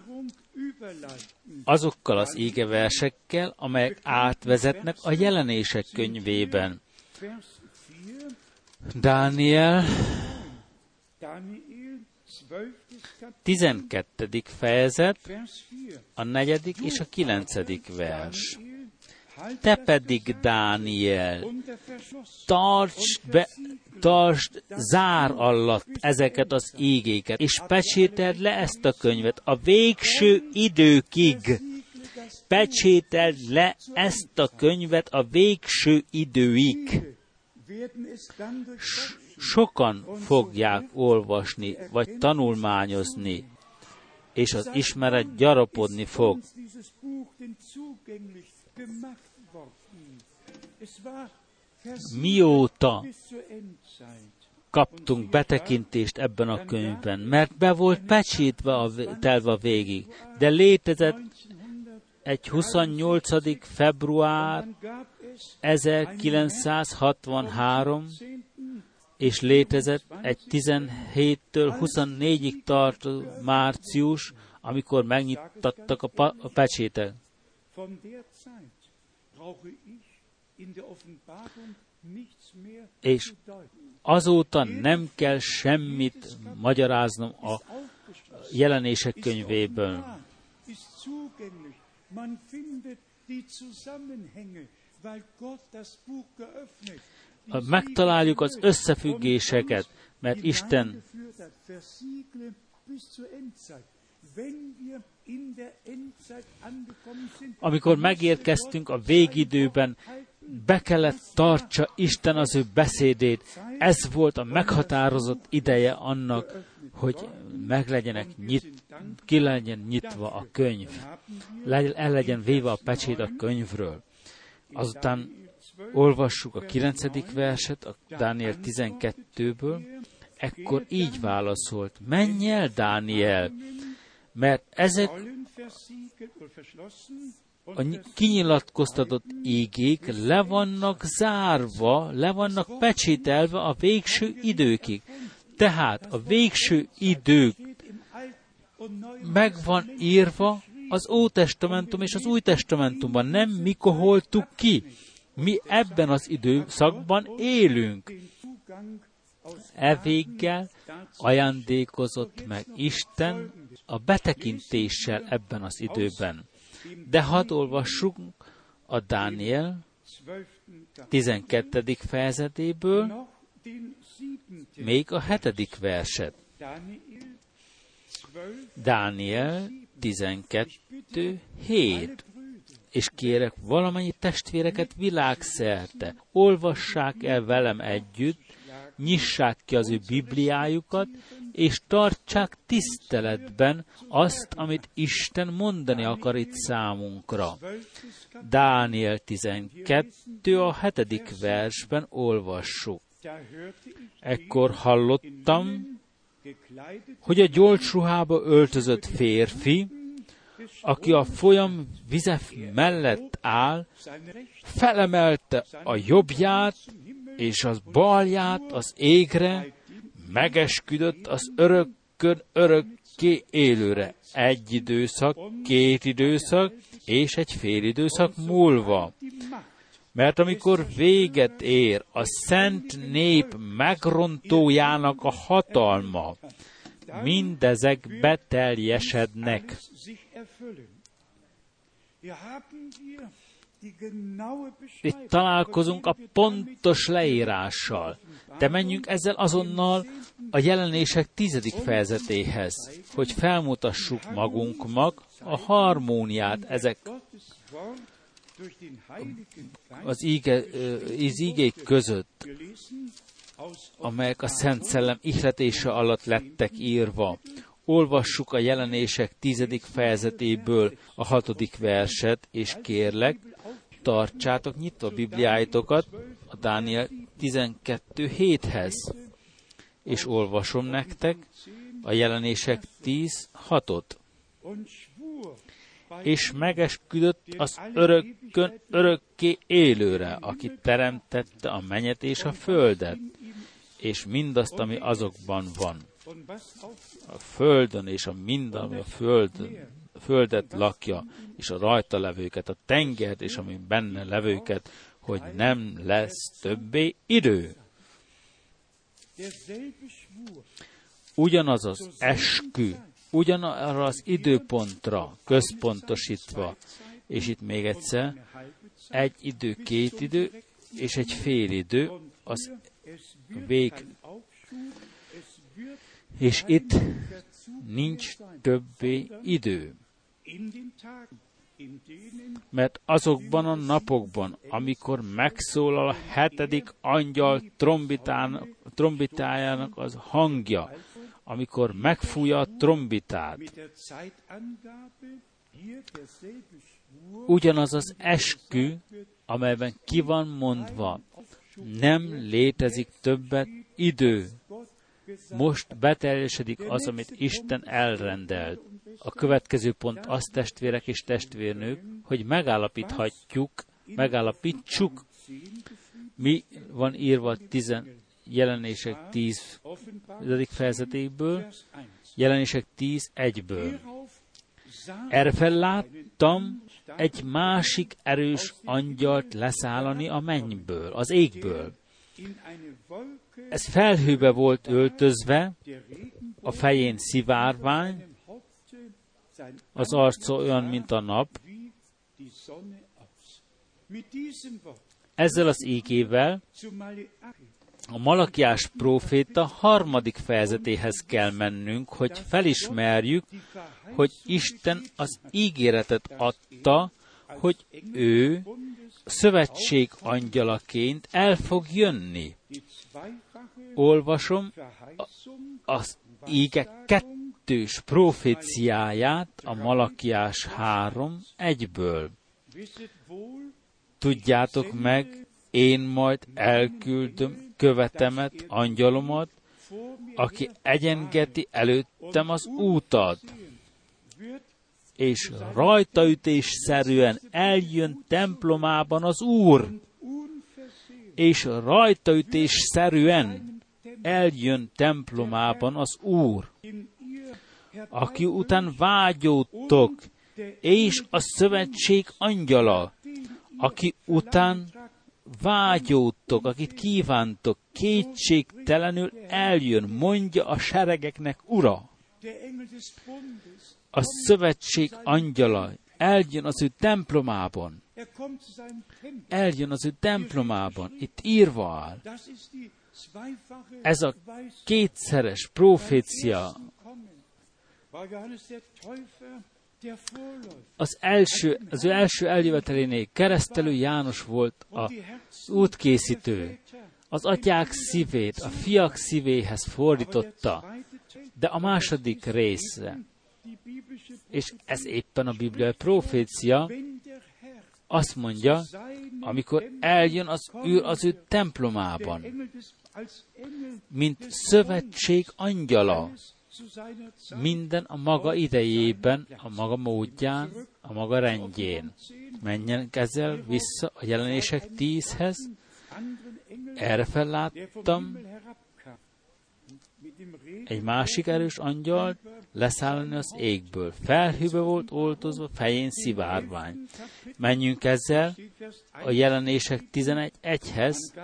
azokkal az ígeversekkel, amelyek átvezetnek a jelenések könyvében. Dániel tizenkettedik fejezet, a negyedik és a kilencedik vers. Te pedig, Dániel, tartsd be, tartsd zár alatt ezeket az ígéket, és pecsételd le ezt a könyvet a végső időkig. Pecsételd le ezt a könyvet a végső időig. Sokan fogják olvasni, vagy tanulmányozni, és az ismeret gyarapodni fog. Mióta kaptunk betekintést ebben a könyvben, mert be volt pecsétve a, telve a végig, de létezett egy huszonnyolcadik február ezerkilencszázhatvanhárom, és létezett egy tizenhéttől huszonnégyig tartó március, amikor megnyittattak a, pa- a pecsétet. És azóta nem kell semmit magyaráznom a jelenések könyvéből. Megtaláljuk az összefüggéseket, mert Isten amikor megérkeztünk a végidőben, be kellett tartsa Isten az ő beszédét. Ez volt a meghatározott ideje annak, hogy meg legyenek nyit, ki legyen nyitva a könyv, el legyen véve a pecsét a könyvről. Azután olvassuk a kilencedik verset a Dániel tizenkettőből, ekkor így válaszolt, menj el, Dániel, mert ezek a kinyilatkoztatott ígék le vannak zárva, le vannak pecsételve a végső időkig. Tehát a végső idők meg van írva az Ótestamentum és az Új Testamentumban. Nem mi koholtuk ki. Mi ebben az időszakban élünk. E véggel ajándékozott meg Isten a betekintéssel ebben az időben. De hadd olvassuk a Dániel tizenkettedik fejezetéből még a hetedik verset. Dániel tizenkettő hét. És kérek valamennyi testvéreket világszerte, olvassák el velem együtt, nyissák ki az ő Bibliájukat, és tartsák tiszteletben azt, amit Isten mondani akar itt számunkra. Dániel tizenkettő a hetedik versben olvassuk. Ekkor hallottam, hogy a gyolcsruhába öltözött férfi, aki a folyam vize mellett áll, felemelte a jobbját és az balját az égre, megesküdött az örökkön örökké élőre. Egy időszak, két időszak és egy fél időszak múlva. Mert amikor véget ér a szent nép megrontójának a hatalma, mindezek beteljesednek. Itt találkozunk a pontos leírással, de menjünk ezzel azonnal a Jelenések tizedik fejezetéhez, hogy felmutassuk magunknak a harmóniát ezek az, íge, az ígék között, amelyek a Szent Szellem ihletése alatt lettek írva. Olvassuk a Jelenések tizedik fejezetéből a hatodik verset, és kérlek, tartsátok nyitva a Bibliáitokat a Dániel tizenkettő héthez. És olvasom nektek a Jelenések tíz hatot. És megesküdött az örökkön örökké élőre, aki teremtette a mennyet és a földet, és mindazt, ami azokban van. A földön és a mind, ami a földön, földet lakja, és a rajta levőket, a tengert, és ami benne levőket, hogy nem lesz többé idő. Ugyanaz az eskü, ugyanarra az időpontra központosítva, és itt még egyszer, egy idő, két idő, és egy fél idő, az vég. És itt nincs többé idő. Mert azokban a napokban, amikor megszólal a hetedik angyal trombitájának az hangja, amikor megfújja a trombitát, ugyanaz az eskü, amelyben ki van mondva, nem létezik többet idő. Most beteljesedik az, amit Isten elrendelt. A következő pont az, testvérek és testvérnők, hogy megállapíthatjuk, megállapítsuk, mi van írva a tizen, Jelenések tíz fejezetéből, Jelenések tíz egyből. Erre felláttam egy másik erős angyalt leszállani a mennyből, az égből. Ez felhőbe volt öltözve, a fején szivárvány, az arca olyan, mint a nap. Ezzel az ígével a Malakiás próféta harmadik fejezetéhez kell mennünk, hogy felismerjük, hogy Isten az ígéretet adta, hogy ő szövetség angyalaként el fog jönni. Olvasom az íge kettős proféciáját, a Malakiás három egyből. Tudjátok meg, én majd elküldöm követemet, angyalomat, aki egyengeti előttem az útat, és rajtaütésszerűen eljön templomában az Úr, és rajtaütésszerűen eljön templomában az Úr, aki után vágyódtok, és a szövetség angyala, aki után vágyódtok, akit kívántok, kétségtelenül eljön, mondja a seregeknek Ura. A szövetség angyala eljön az ő templomában. Eljön az ő templomában. Itt írva áll. Ez a kétszeres profécia. Az, első, az ő első eljövetelénél keresztelő János volt az útkészítő. Az atyák szívét a fiak szívéhez fordította, de a második része, és ez éppen a bibliai profécia, azt mondja, amikor eljön az ő az ő templomában, mint szövetség angyala, minden a maga idejében, a maga módján, a maga rendjén. Menjen ezzel vissza a Jelenések tízhez. Erre felláttam egy másik erős angyalt leszállni az égből. Felhőbe volt oltozva, fején szivárvány. Menjünk ezzel a Jelenések tizenegy egyhez.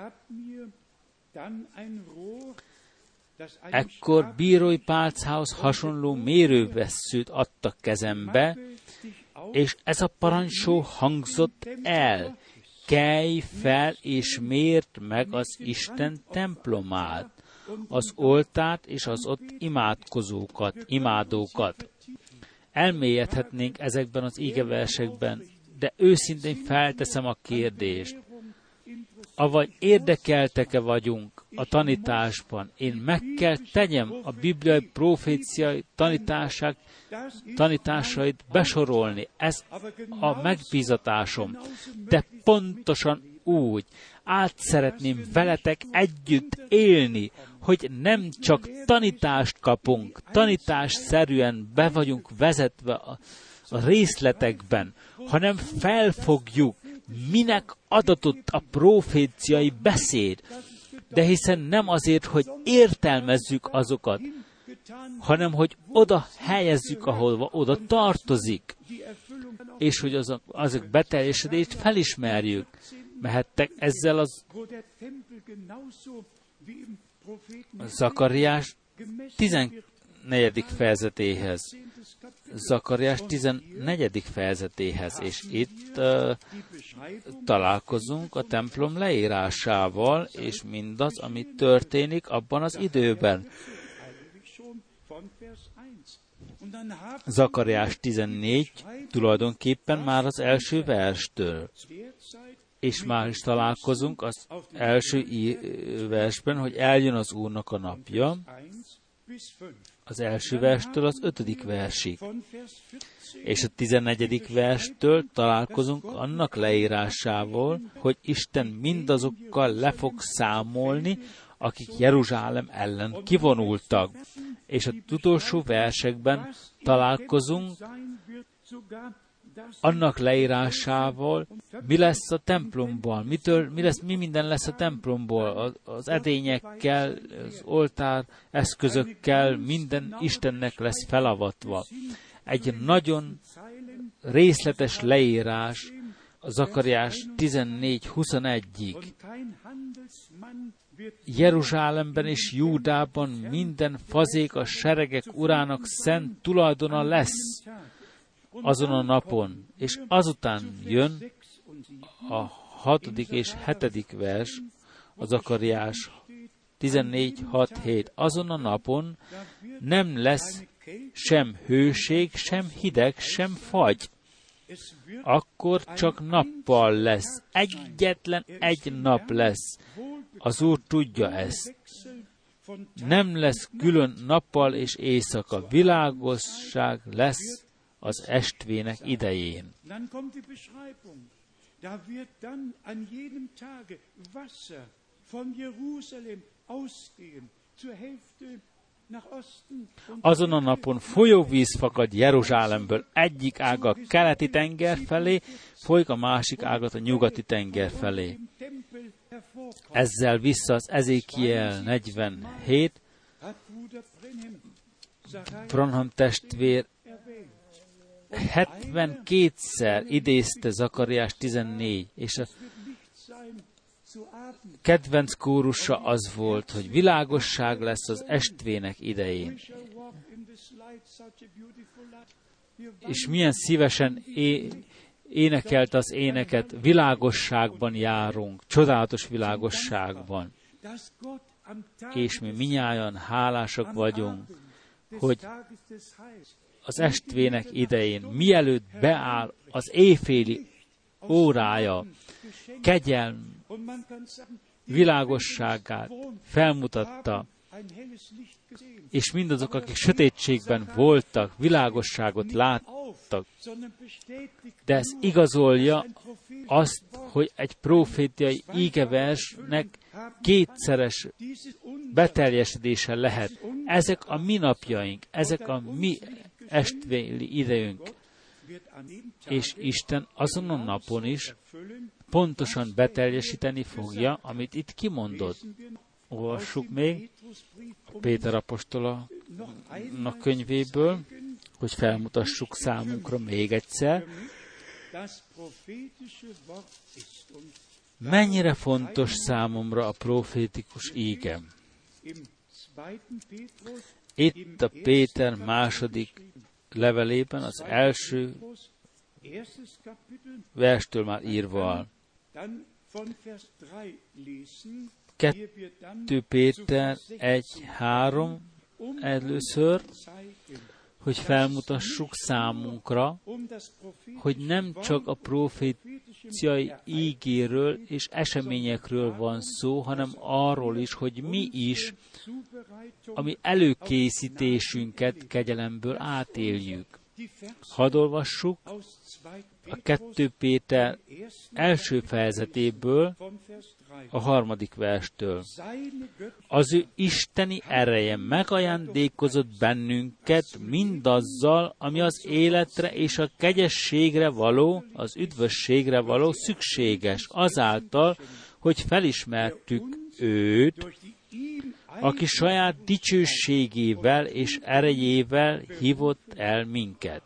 Ekkor bírói pálcához hasonló mérővesszőt adtak kezembe, és ez a parancsó hangzott el: kelj fel és mérd meg az Isten templomát, az oltárt és az ott imádkozókat, imádókat. Elmélyedhetnénk ezekben az ígeversekben, de őszintén felteszem a kérdést. Avagy érdekeltek-e vagyunk a tanításban? Én meg kell tegyem a bibliai proféciai tanítását, tanításait besorolni. Ez a megbízatásom. De pontosan úgy át szeretném veletek együtt élni, hogy nem csak tanítást kapunk, tanításszerűen be vagyunk vezetve a, a részletekben, hanem felfogjuk, minek adatott a proféciai beszéd, de hiszen nem azért, hogy értelmezzük azokat, hanem hogy oda helyezzük, ahol oda tartozik, és hogy azok, azok beteljesedést felismerjük. Mehettek ezzel az Zakariás tizennegyedik fejezetéhez. Zakariás tizennegyedik fejezetéhez, és itt uh, találkozunk a templom leírásával, és mindaz, ami történik abban az időben. Zakariás tizennégy tulajdonképpen már az első verstől. És már is találkozunk az első versben, hogy eljön az Úrnak a napja, az első verstől az ötödik versig. És a tizennegyedik verstől találkozunk annak leírásával, hogy Isten mindazokkal le fog számolni, akik Jeruzsálem ellen kivonultak. És a utolsó versekben találkozunk annak leírásával, mi lesz a templomból, mitől, mi, lesz, mi minden lesz a templomból, az edényekkel, az oltár eszközökkel, minden Istennek lesz felavatva. Egy nagyon részletes leírás a Zakariás tizennégy huszonegyig. Jeruzsálemben és Júdában minden fazék a seregek urának szent tulajdona lesz azon a napon, és azután jön a hatodik és hetedik vers, a Zakariás tizennégy hat hét. Azon a napon nem lesz sem hőség, sem hideg, sem fagy. Akkor csak nappal lesz. Egyetlen egy nap lesz. Az Úr tudja ezt. Nem lesz külön nappal és éjszaka. Világosság lesz az estvének idején. Azon a napon folyóvíz fakad Jeruzsálemből, egyik ága a keleti tenger felé, folyik a másik ágat a nyugati tenger felé. Ezzel vissza az Ezékiel negyvenhét, Branham testvér hetvenkétszer idézte Zakariás tizennégy, és a kedvenc kórusa az volt, hogy világosság lesz az estvének idején. És milyen szívesen é- énekelt az éneket, világosságban járunk, csodálatos világosságban. És mi minnyáján hálásak vagyunk, hogy az estvének idején, mielőtt beáll az éjféli órája, kegyelm világosságát felmutatta, és mindazok, akik sötétségben voltak, világosságot láttak. De ez igazolja azt, hogy egy profétiai ígeversnek kétszeres beteljesedése lehet. Ezek a mi napjaink, ezek a mi estvéli idejünk. És Isten azon a napon is pontosan beteljesíteni fogja, amit itt kimondott. Olvassuk még Péter apostolnak könyvéből, hogy felmutassuk számunkra még egyszer, mennyire fontos számomra a profétikus íge. Itt a Péter második levelében, az első verstől már írva. kettő Péter egy három először, hogy felmutassuk számunkra, hogy nem csak a proféciai ígéről és eseményekről van szó, hanem arról is, hogy mi is a mi előkészítésünket kegyelemből átéljük. Hadd olvassuk a kettő Péter első fejezetéből, a harmadik verstől. Az ő isteni ereje megajándékozott bennünket mindazzal, ami az életre és a kegyességre való, az üdvösségre való szükséges, azáltal, hogy felismertük őt, aki saját dicsőségével és erejével hívott el minket.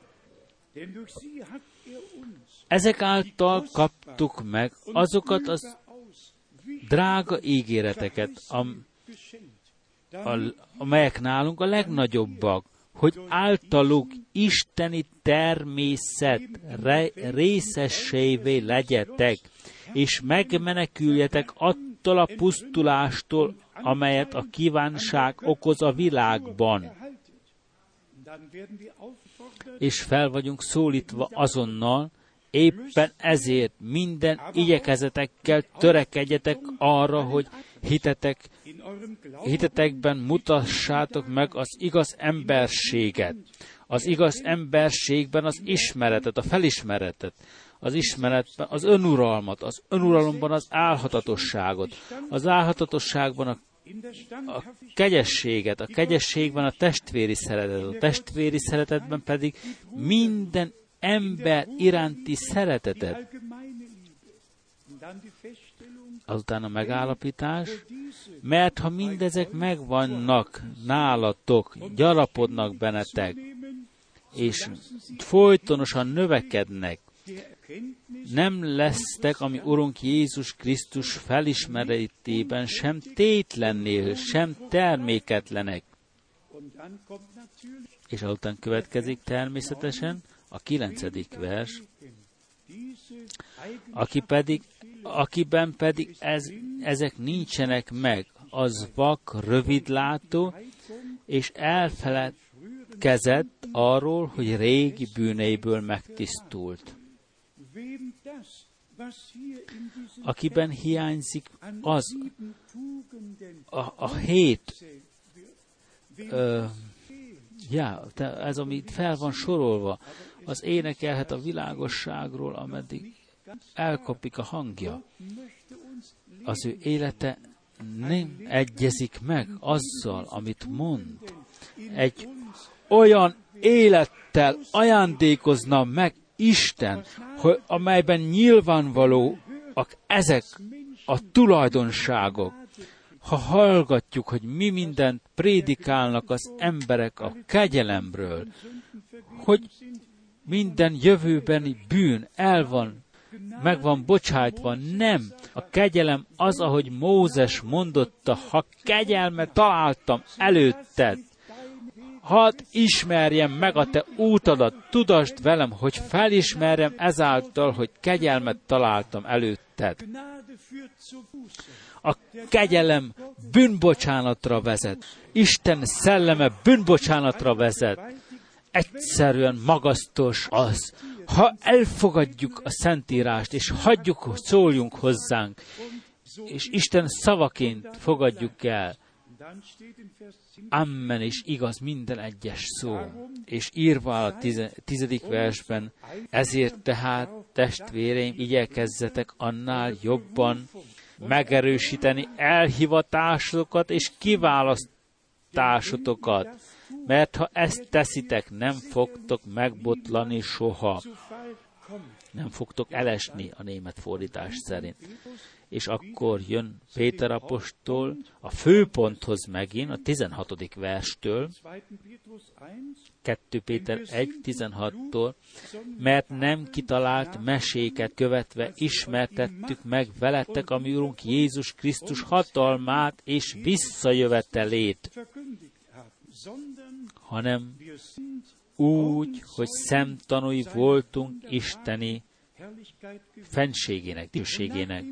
Ezek által kaptuk meg azokat az drága ígéreteket, am, a, amelyek nálunk a legnagyobbak, hogy általuk isteni természet re, részessévé legyetek, és megmeneküljetek attól a pusztulástól, amelyet a kívánság okoz a világban. És fel vagyunk szólítva azonnal, éppen ezért minden igyekezetekkel törekedjetek arra, hogy hitetek, hitetekben mutassátok meg az igaz emberséget. Az igaz emberségben az ismeretet, a felismeretet, az ismeretben az önuralmat, az önuralomban az álhatatosságot, az álhatatosságban a, a kegyességet, a kegyességben a testvéri szeretetet, a testvéri szeretetben pedig minden ember iránti szeretetet. Azután a megállapítás, mert ha mindezek megvannak nálatok, gyarapodnak bennetek, és folytonosan növekednek, nem lesztek, ami Urunk Jézus Krisztus felismeretében sem tétlennél, sem terméketlenek. És azután következik természetesen a kilencedik vers, aki pedig, akiben pedig ez, ezek nincsenek meg, az vak, rövidlátó, és elfeledkezett arról, hogy régi bűneiből megtisztult. Akiben hiányzik az, a, a hét ö, ja, ez, ami fel van sorolva, az énekelhet a világosságról, ameddig elkopik a hangja. Az ő élete nem egyezik meg azzal, amit mond. Egy olyan élettel ajándékozna meg Isten, hogy, amelyben nyilvánvalóak ezek a tulajdonságok. Ha hallgatjuk, hogy mi mindent prédikálnak az emberek a kegyelemről, hogy minden jövőbeni bűn el van, meg van bocsájtva, nem. A kegyelem az, ahogy Mózes mondotta, ha kegyelmet találtam előtted, hadd ismerjem meg a te útadat, tudasd velem, hogy felismerjem ezáltal, hogy kegyelmet találtam előtted. A kegyelem bűnbocsánatra vezet. Isten szelleme bűnbocsánatra vezet. Egyszerűen magasztos az, ha elfogadjuk a Szentírást, és hagyjuk, hogy szóljunk hozzánk, és Isten szavaként fogadjuk el. Amen, és igaz minden egyes szó. És írva a tizedik versben, ezért tehát, testvéreim, igyekezzetek annál jobban megerősíteni elhivatásotokat és kiválasztásotokat, mert ha ezt teszitek, nem fogtok megbotlani soha. Nem fogtok elesni a német fordítás szerint. És akkor jön Péter apostol a főponthoz megint, a tizenhatodik verstől, kettő Péter egy tizenhattól, mert nem kitalált meséket követve ismertettük meg veletek a mi Urunk Jézus Krisztus hatalmát és visszajövetelét, hanem úgy, hogy szemtanúi voltunk isteni fenségének, dicsőségének.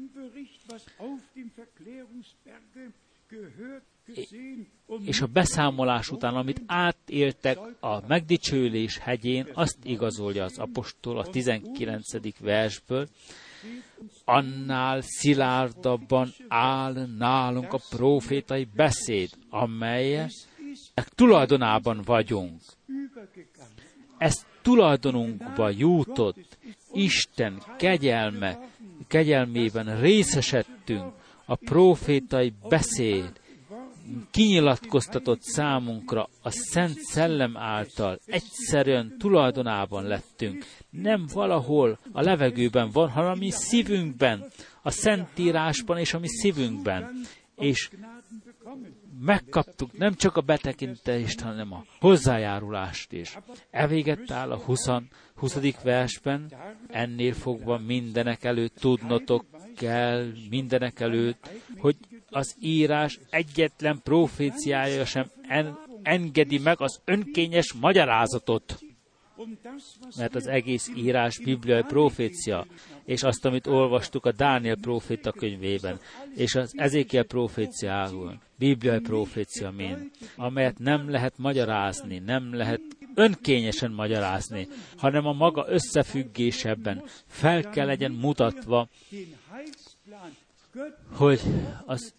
És a beszámolás után, amit átéltek a megdicsőlés hegyén, azt igazolja az apostol a tizenkilencedik versből, annál szilárdabban áll nálunk a prófétai beszéd, amelyek tulajdonában vagyunk. Ez tulajdonunkba jutott, Isten kegyelme, kegyelmében részesedtünk, a prófétai beszéd kinyilatkoztatott számunkra a Szent Szellem által, egyszerűen tulajdonában lettünk. Nem valahol a levegőben van, hanem a mi szívünkben, a Szentírásban és a mi szívünkben. És megkaptuk nem csak a betekintést, hanem a hozzájárulást is. Elvégett áll a huszadik versben, ennél fogva mindenek előtt tudnotok kell, mindenek előtt, hogy az írás egyetlen proféciája sem en- engedi meg az önkényes magyarázatot. Mert az egész írás bibliai profécia, és azt, amit olvastuk a Dániel próféta könyvében, és az Ezékiel próféciából, bibliai profécia mind, amelyet nem lehet magyarázni, nem lehet önkényesen magyarázni, hanem a maga összefüggésebben fel kell legyen mutatva, hogy az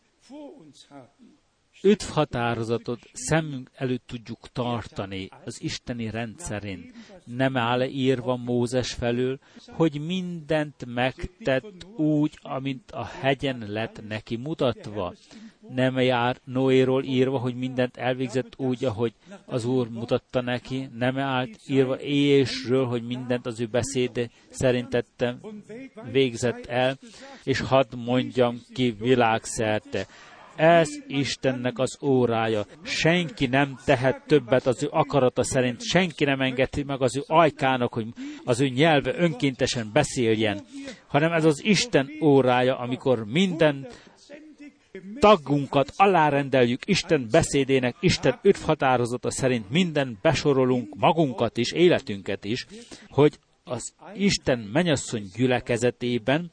üdvhatározatot szemünk előtt tudjuk tartani az isteni rendszerén. Nem áll írva Mózes felől, hogy mindent megtett úgy, amint a hegyen lett neki mutatva. Nem jár Noéról írva, hogy mindent elvégzett úgy, ahogy az Úr mutatta neki. Nem állt írva Éjésről, hogy mindent az ő beszéde szerint tette, végzett el, és hadd mondjam ki világszerte. Ez Istennek az órája. Senki nem tehet többet az ő akarata szerint, senki nem engedheti meg az ő ajkának, hogy az ő nyelve önkéntesen beszéljen, hanem ez az Isten órája, amikor minden tagunkat alárendeljük Isten beszédének, Isten üdvhatározata szerint minden besorolunk magunkat is, életünket is, hogy az Isten mennyasszony gyülekezetében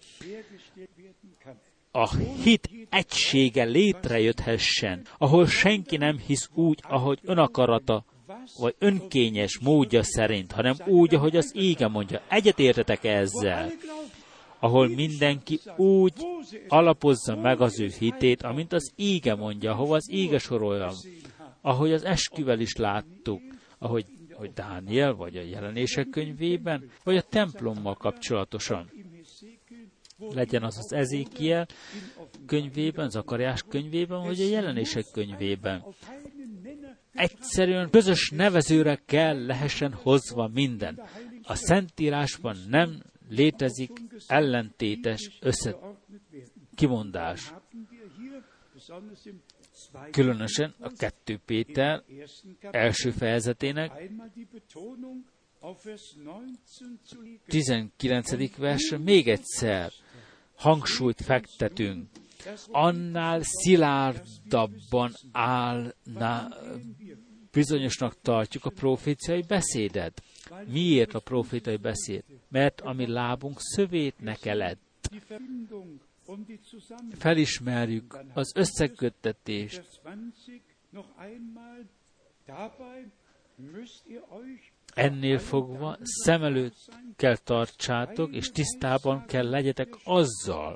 a hit egysége létrejöthessen, ahol senki nem hisz úgy, ahogy önakarata, vagy önkényes módja szerint, hanem úgy, ahogy az ége mondja. Egyetértetek ezzel? Ahol mindenki úgy alapozza meg az ő hitét, amint az ége mondja, ahova az ége sorolja. ahogy az esküvel is láttuk, ahogy hogy Dániel, vagy a Jelenések könyvében, vagy a templommal kapcsolatosan. Legyen az az Ezékiel könyvében, Zakariás könyvében, vagy a Jelenések könyvében. Egyszerűen közös nevezőre kell lehessen hozva minden. A Szentírásban nem létezik ellentétes össze kimondás. Különösen a kettő Péter első fejezetének tizenkilencedik versre még egyszer hangsúlyt fektetünk. Annál szilárdabban állna, bizonyosnak tartjuk a proféciai beszédet. Miért a profétai beszéd? Mert ami lábunk szövétnek lett. Felismerjük az összeköttetést. Ennél fogva szem előtt kell tartsátok, és tisztában kell legyetek azzal,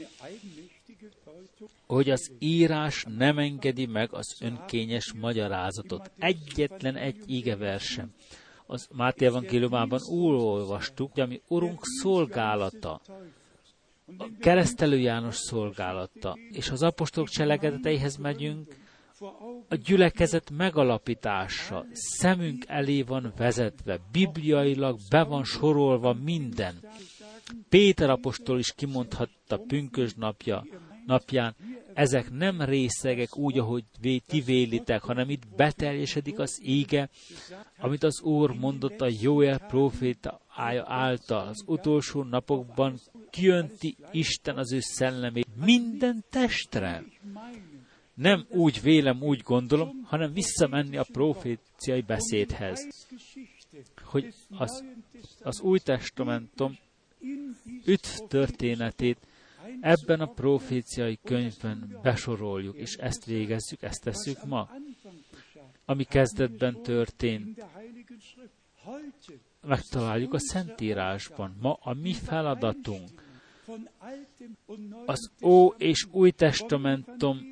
hogy az írás nem engedi meg az önkényes magyarázatot. Egyetlen egy igeversem. Az Máté evangéliumában úgy olvastuk, hogy ami Urunk szolgálata, a Keresztelő János szolgálata, és az apostolok cselekedeteihez megyünk, a gyülekezet megalapítása szemünk elé van vezetve, bibliailag be van sorolva minden. Péter apostol is kimondhatta pünkösd napja, napján, ezek nem részegek úgy, ahogy ti vélitek, hanem itt beteljesedik az íge, amit az Úr mondott a Jóel prófétája által. Az utolsó napokban kijönti Isten az ő szellemét minden testre. Nem úgy vélem, úgy gondolom, hanem visszamenni a proféciai beszédhez, hogy az, az Új Testamentum üdv történetét ebben a proféciai könyvben besoroljuk, és ezt végezzük, ezt tesszük ma. Ami kezdetben történt, megtaláljuk a Szentírásban. Ma a mi feladatunk az Ó és Új Testamentum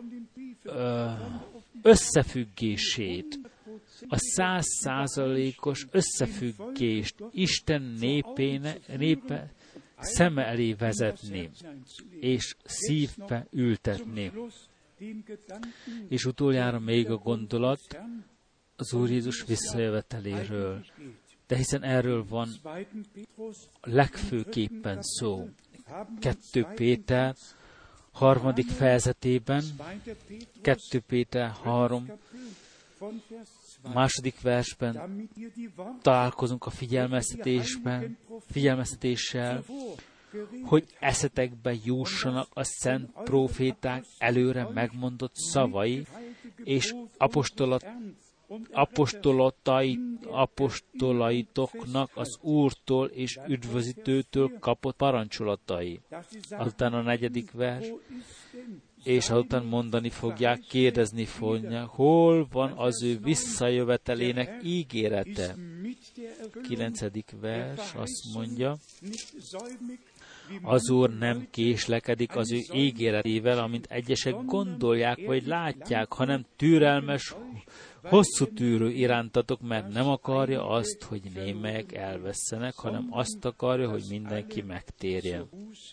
összefüggését, a száz százalékos összefüggést Isten népéne, népe szeme elé vezetni, és szívbe ültetni. És utoljára még a gondolat az Úr Jézus visszajöveteléről. De hiszen erről van legfőképpen szó. kettő Péter harmadik fejezetében, kettő Péter három második versben találkozunk a figyelmeztetésben, figyelmeztetéssel, hogy eszetekbe jussanak a szent próféták előre megmondott szavai, és apostolat, apostolatai, apostolaitoknak az Úrtól és üdvözítőtől kapott parancsolatai. Azután a negyedik vers, és azután mondani fogják, kérdezni fogják, hol van az ő visszajövetelének ígérete. Kilencedik vers azt mondja, az Úr nem késlekedik az ő ígéretével, amint egyesek gondolják vagy látják, hanem türelmes, hosszú tűrő irántatok, mert nem akarja azt, hogy némelyek elvesszenek, hanem azt akarja, hogy mindenki megtérjen.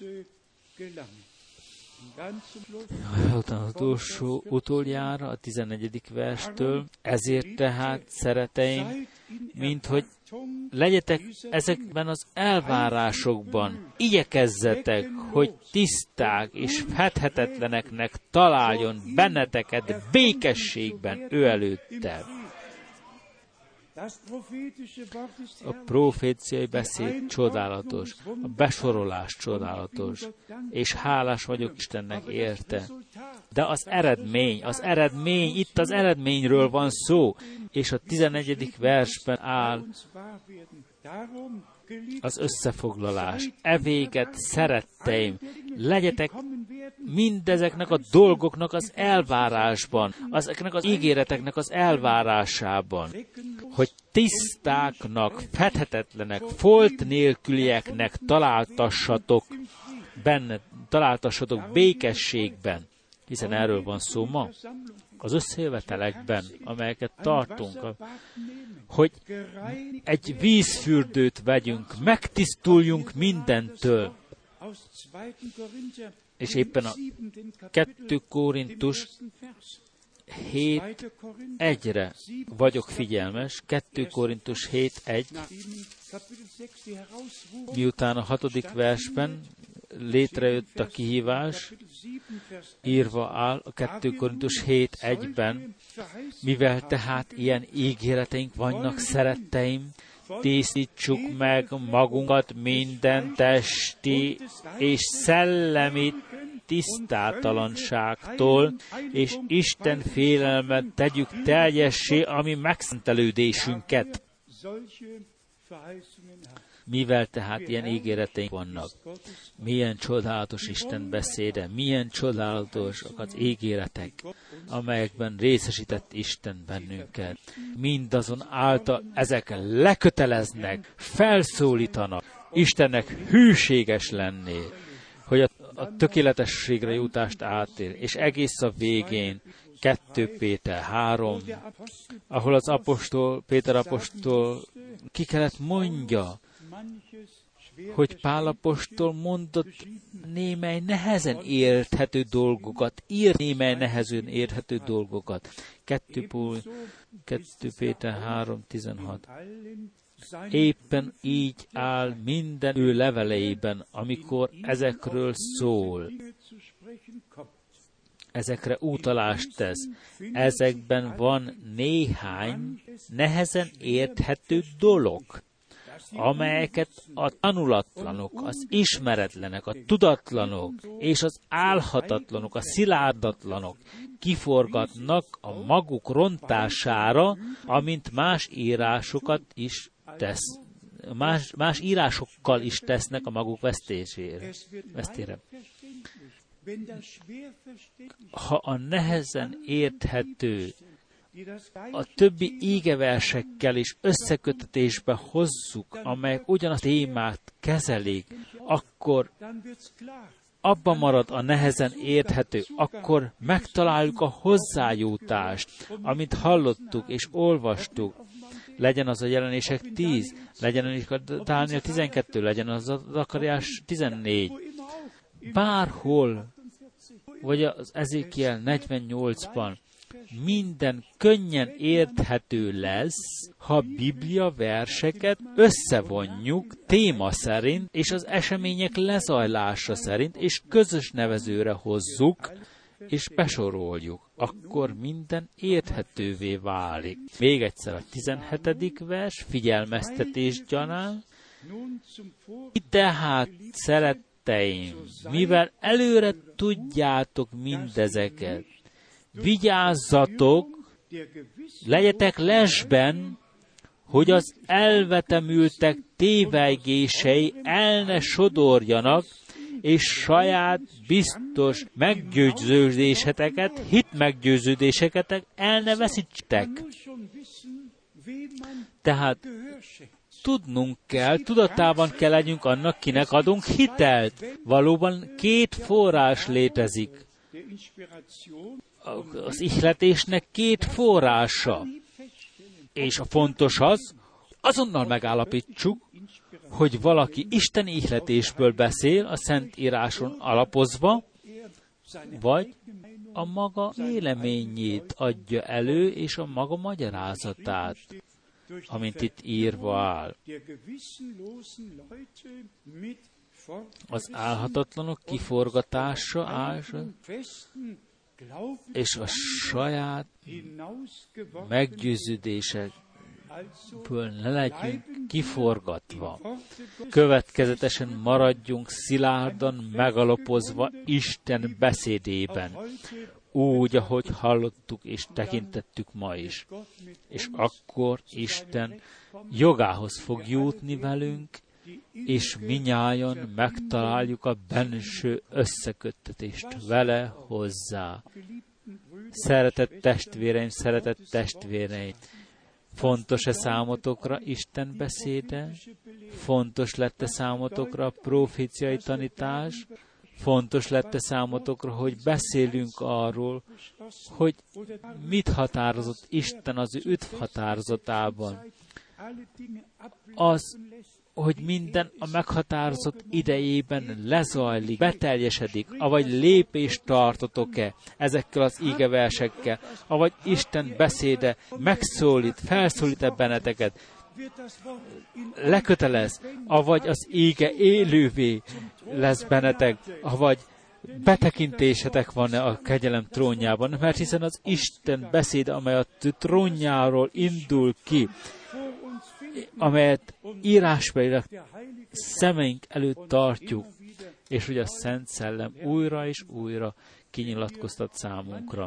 Utána az utolsó, utoljára, a tizennegyedik verstől, ezért tehát, szereteim, mint hogy legyetek ezekben az elvárásokban, igyekezzetek, hogy tiszták és fethetetleneknek találjon benneteket békességben ő előtte. A proféciai beszéd csodálatos, a besorolás csodálatos, és hálás vagyok Istennek érte. De az eredmény, az eredmény, itt az eredményről van szó, és a tizennegyedik versben áll az összefoglalás. E véget, szeretteim, legyetek mindezeknek a dolgoknak az elvárásban, ezeknek az ígéreteknek az elvárásában, hogy tisztáknak, fethetetlenek, folt nélkülieknek találtassatok benne, találtassatok békességben, hiszen erről van szó ma. az összejövetelekben, amelyeket tartunk, hogy egy vízfürdőt vegyünk, megtisztuljunk mindentől. És éppen a kettő Korintus hét egyre vagyok figyelmes, kettő Korintus hét egy, miután a hatodik versben létrejött a kihívás, írva áll a kettő Korintus hét egyben, mivel tehát ilyen ígéreteink vannak, szeretteim, tisztítsuk meg magunkat minden testi és szellemi tisztátalanságtól, és Isten félelmet tegyük teljessé, ami megszentelődésünket. Mivel tehát ilyen ígéreteink vannak, milyen csodálatos Isten beszéde, milyen csodálatosak az ígéretek, amelyekben részesített Isten bennünket. Mindazon által ezek leköteleznek, felszólítanak Istennek hűséges lenni, hogy a, a tökéletességre jutást átér, és egész a végén kettő Péter három, ahol az apostol, Péter apostol ki kellett mondja, hogy Pál apostol mondott némely nehezen érthető dolgokat, ír némely nehezen érthető dolgokat. kettő Péter három tizenhat. Éppen így áll minden ő leveleiben, amikor ezekről szól. Ezekre utalást tesz. Ezekben van néhány nehezen érthető dolog, amelyeket a tanulatlanok, az ismeretlenek, a tudatlanok és az álhatatlanok, a szilárdatlanok kiforgatnak a maguk rontására, amint más írásokat is tesz, más, más írásokkal is tesznek a maguk vesztésére, vesztére. Ha a nehezen érthető, a többi ígeversekkel is összekötetésbe hozzuk, amelyek ugyanazt a témát kezelik, akkor abban marad a nehezen érthető, akkor megtaláljuk a hozzájutást, amit hallottuk és olvastuk. Legyen az a Jelenések tíz, legyen az a Dániel tizenkettő, legyen az a Zakariás tizennégy. Bárhol, vagy az Ezékiel negyvennyolcban, minden könnyen érthető lesz, ha Biblia verseket összevonjuk téma szerint, és az események lezajlása szerint, és közös nevezőre hozzuk, és besoroljuk. Akkor minden érthetővé válik. Még egyszer a tizenhetedik vers, figyelmeztetés gyanán. Tehát, szeretteim, mivel előre tudjátok mindezeket, vigyázzatok, legyetek lesben, hogy az elvetemültek tévejgései el ne sodorjanak, és saját biztos meggyőződéseteket, hit meggyőződéseteket el ne veszítsetek. Tehát tudnunk kell, tudatában kell legyünk annak, kinek adunk hitelt. Valóban két forrás létezik. Az ihletésnek két forrása. És a fontos az, azonnal megállapítsuk, hogy valaki isteni ihletésből beszél a Szentíráson alapozva, vagy a maga véleményét adja elő, és a maga magyarázatát, amint itt írva áll. Az álhatatlanok kiforgatása ása, és a saját meggyőződésekből ne legyünk kiforgatva. Következetesen maradjunk szilárdan megalapozva Isten beszédében, úgy, ahogy hallottuk és tekintettük ma is. És akkor Isten jogához fog jutni velünk, és minnyájan megtaláljuk a benső összeköttetést vele hozzá. Szeretett testvéreim, szeretett testvéreim, fontos-e számotokra Isten beszéde? Fontos lett-e számotokra a proféciai tanítás? Fontos lett-e számotokra, hogy beszélünk arról, hogy mit határozott Isten az ő üdv határozatában. Az, hogy minden a meghatározott idejében lezajlik, beteljesedik, avagy lépést tartotok-e ezekkel az ígeversekkel, avagy Isten beszéde megszólít, felszólít-e benneteket, lekötelez, avagy az íge élővé lesz bennetek, avagy betekintésetek van-e a kegyelem trónjában, mert hiszen az Isten beszéde, amely a trónjáról indul ki, amelyet írásbelileg szemeink előtt tartjuk, és hogy a Szent Szellem újra és újra kinyilatkoztat számunkra.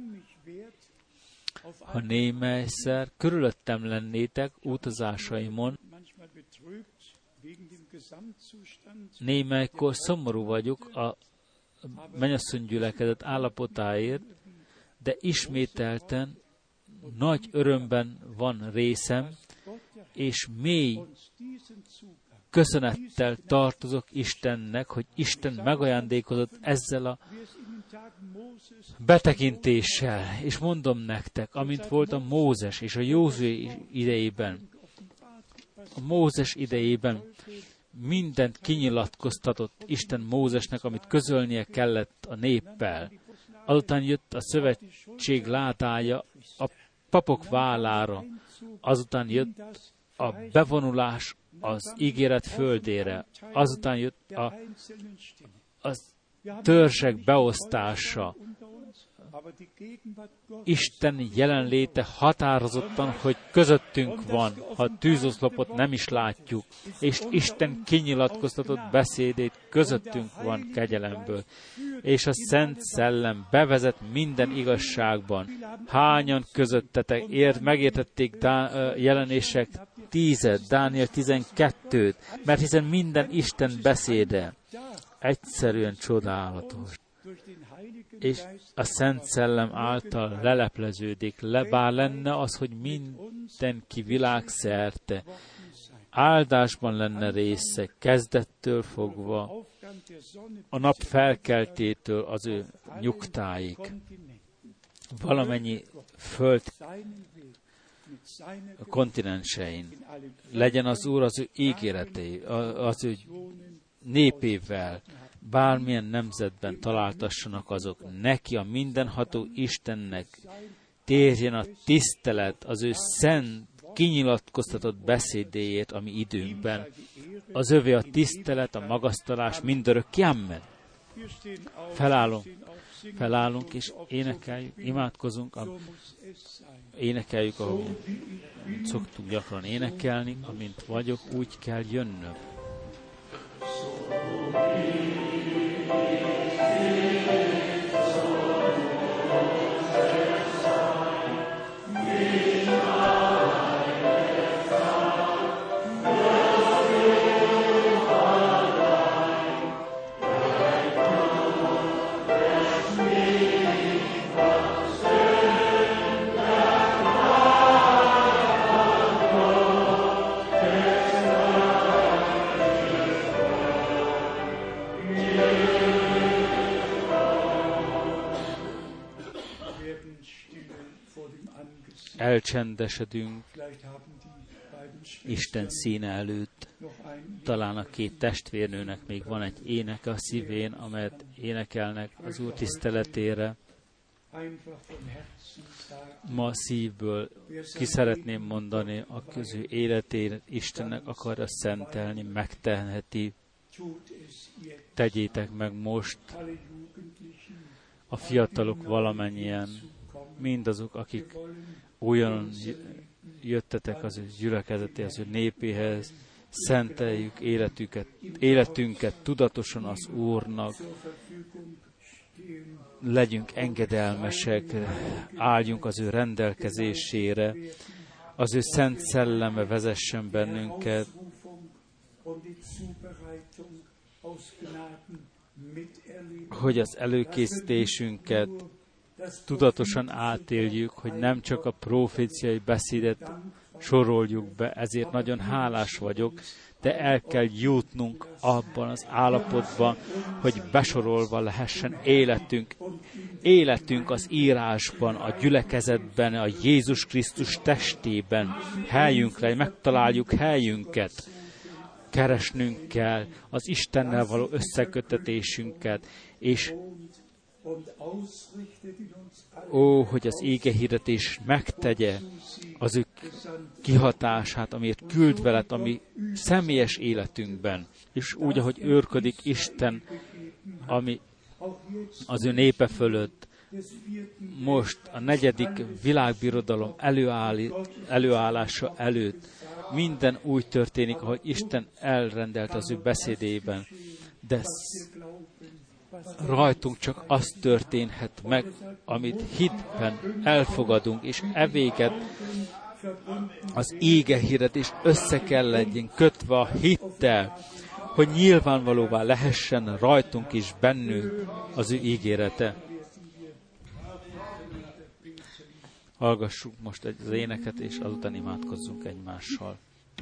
Ha némelyszer körülöttem lennétek utazásaimon, némelykor szomorú vagyok a mennyasszony gyülekezet állapotáért, de ismételten nagy örömben van részem, és mély köszönettel tartozok Istennek, hogy Isten megajándékozott ezzel a betekintéssel. És mondom nektek, amint volt a Mózes és a Józsué idejében, a Mózes idejében mindent kinyilatkoztatott Isten Mózesnek, amit közölnie kellett a néppel. Azután jött a szövetség ládája a papok vállára, azután jött a bevonulás az ígéret földére, azután jött a, a törzsek beosztása. Isten jelenléte határozottan, hogy közöttünk van, ha a tűzoszlopot nem is látjuk, és Isten kinyilatkoztatott beszédét közöttünk van kegyelemből, és a Szent Szellem bevezet minden igazságban. Hányan közöttetek ért, megértették Dá- jelenések tízet, Dániel tizenkettőt, mert hiszen minden Isten beszéde egyszerűen csodálatos. És a Szent Szellem által lelepleződik le, bár lenne az, hogy mindenki világszerte áldásban lenne része, kezdettől fogva, a nap felkeltétől az ő nyugtáig. Valamennyi föld kontinensein legyen az Úr az ő ígéretei, az ő népével, bármilyen nemzetben találtassanak azok, neki a mindenható Istennek térjen a tisztelet az ő szent, kinyilatkoztatott beszédéért a mi időnkben. Az övé a tisztelet, a magasztalás mindörökké. Amen. Felállunk, felállunk és énekeljük, imádkozunk, a, énekeljük, ahogy szoktunk gyakran énekelni, amint vagyok, úgy kell jönnöm. Elcsendesedünk Isten színe előtt. Talán a két testvérnőnek még van egy éneke a szívén, amelyet énekelnek az Úr tiszteletére. Ma szívből ki szeretném mondani, a közül életét Istennek akarja szentelni, megteheti. Tegyétek meg most, a fiatalok valamennyien, mindazok, akik olyan jöttetek az ő gyülekezetéhez, az ő népéhez, szenteljük életünket, életünket tudatosan az Úrnak, legyünk engedelmesek, álljunk az ő rendelkezésére, az ő szent szelleme vezessen bennünket, hogy az előkészítésünket tudatosan átéljük, hogy nem csak a proféciai beszédet soroljuk be, ezért nagyon hálás vagyok, de el kell jutnunk abban az állapotban, hogy besorolva lehessen életünk. Életünk az írásban, a gyülekezetben, a Jézus Krisztus testében. Helyünkre, megtaláljuk helyünket. Keresnünk kell az Istennel való összekötetésünket, és ó, hogy az égehirdetés megtegye az ő kihatását, amiért küld veled, ami személyes életünkben, és úgy, ahogy őrködik Isten, ami az ő népe fölött. Most a negyedik világbirodalom előáll, előállása előtt minden úgy történik, ahogy Isten elrendelt az ő beszédében, de rajtunk csak az történhet meg, amit hitben elfogadunk, és evéget az ége hirdetés össze kell legyen kötve a hittel, hogy nyilvánvalóvá lehessen rajtunk is bennünk az ő ígérete. Hallgassuk most az éneket, és azután imádkozzunk egymással.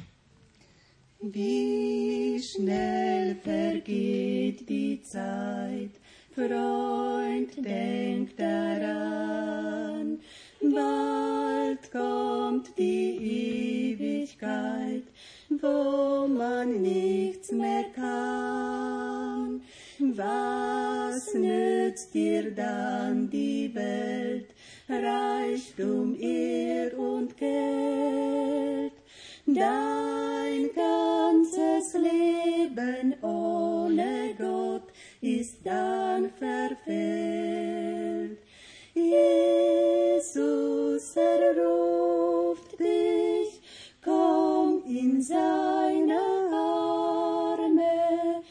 Wie schnell vergeht die Zeit, Freund, denk daran, bald kommt die Ewigkeit, wo man nichts mehr kann. Was nützt dir dann die Welt, Reichtum, Ehr und Geld? Dein ganzes Leben ohne Gott ist dann verfehlt. Jesus erruft dich, komm in seine Arme.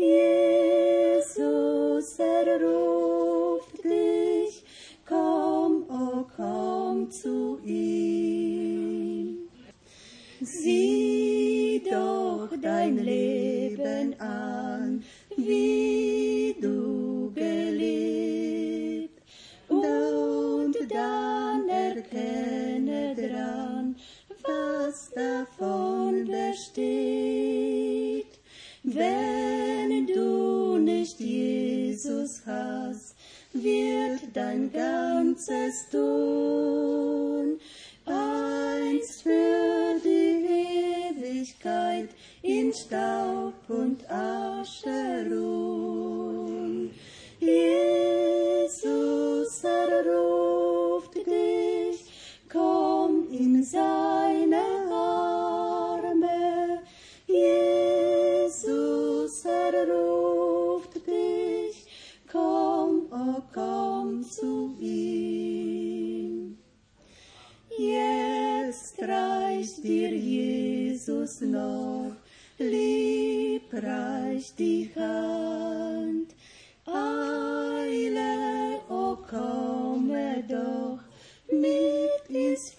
Jesus erruft dich, komm, oh komm zu ihm. Sieh doch dein Leben an, wie du gelebt, und dann erkenne dran, was davon besteht. Wenn du nicht Jesus hast, wird dein ganzes Tun einst für die Ewigkeit in Staub und Asche ruhen. Jesus erruft dich, komm in seine Arme. Jesus erruft dich, komm, oh komm zu ihm. Jetzt reicht dir Jesus noch liebreich die Hand. Eile, o komme doch mit ins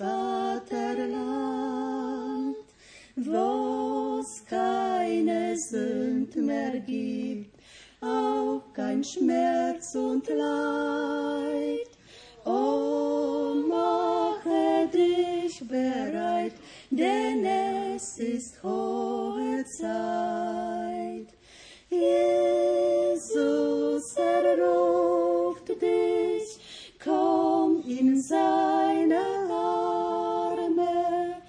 Vaterland, wo's keine Sünd mehr gibt, auch kein Schmerz und Leid. O mache dich bereit, denn es ist hohe Zeit. Jesus erruft dich, komm in seine Arme.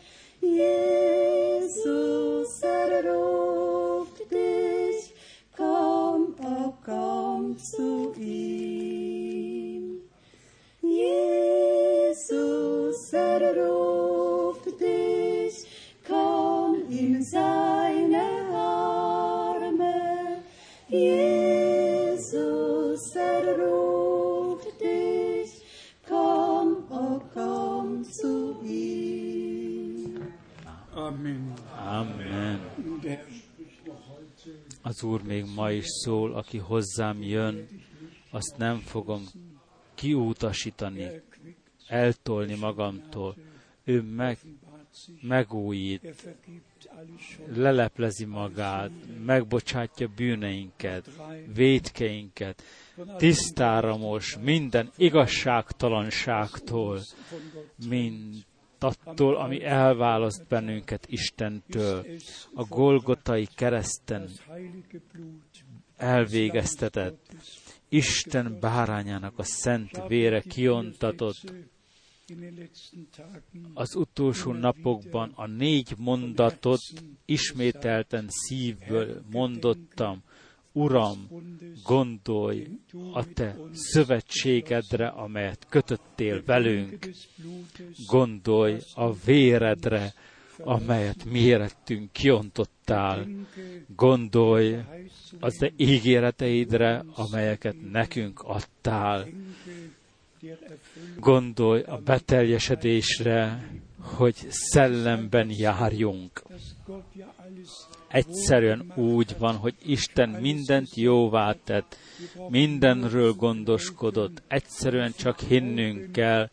Jesus erruft dich, komm, oh komm zu ihm. Jesus erruft dich, komm in seine Arme. Jesus erruft dich, komm, oh komm zu ihm. Amen. Amen. Az Úr még ma is szól, aki hozzám jön, azt nem fogom kiutasítani, eltolni magamtól. Ő meg, megújít, leleplezi magát, megbocsátja bűneinket, vétkeinket, tisztára mos minden igazságtalanságtól, mint attól, ami elválaszt bennünket Istentől. A Golgotai kereszten elvégeztetett Isten bárányának a szent vére kiontatott. Az utolsó napokban a négy mondatot ismételten szívből mondottam. Uram, gondolj a te szövetségedre, amelyet kötöttél velünk. Gondolj a véredre, amelyet mi érettünk kiontottál. Gondolj az te ígéreteidre, amelyeket nekünk adtál. Gondolj a beteljesedésre, hogy szellemben járjunk. Egyszerűen úgy van, hogy Isten mindent jóvá tett, mindenről gondoskodott, egyszerűen csak hinnünk kell,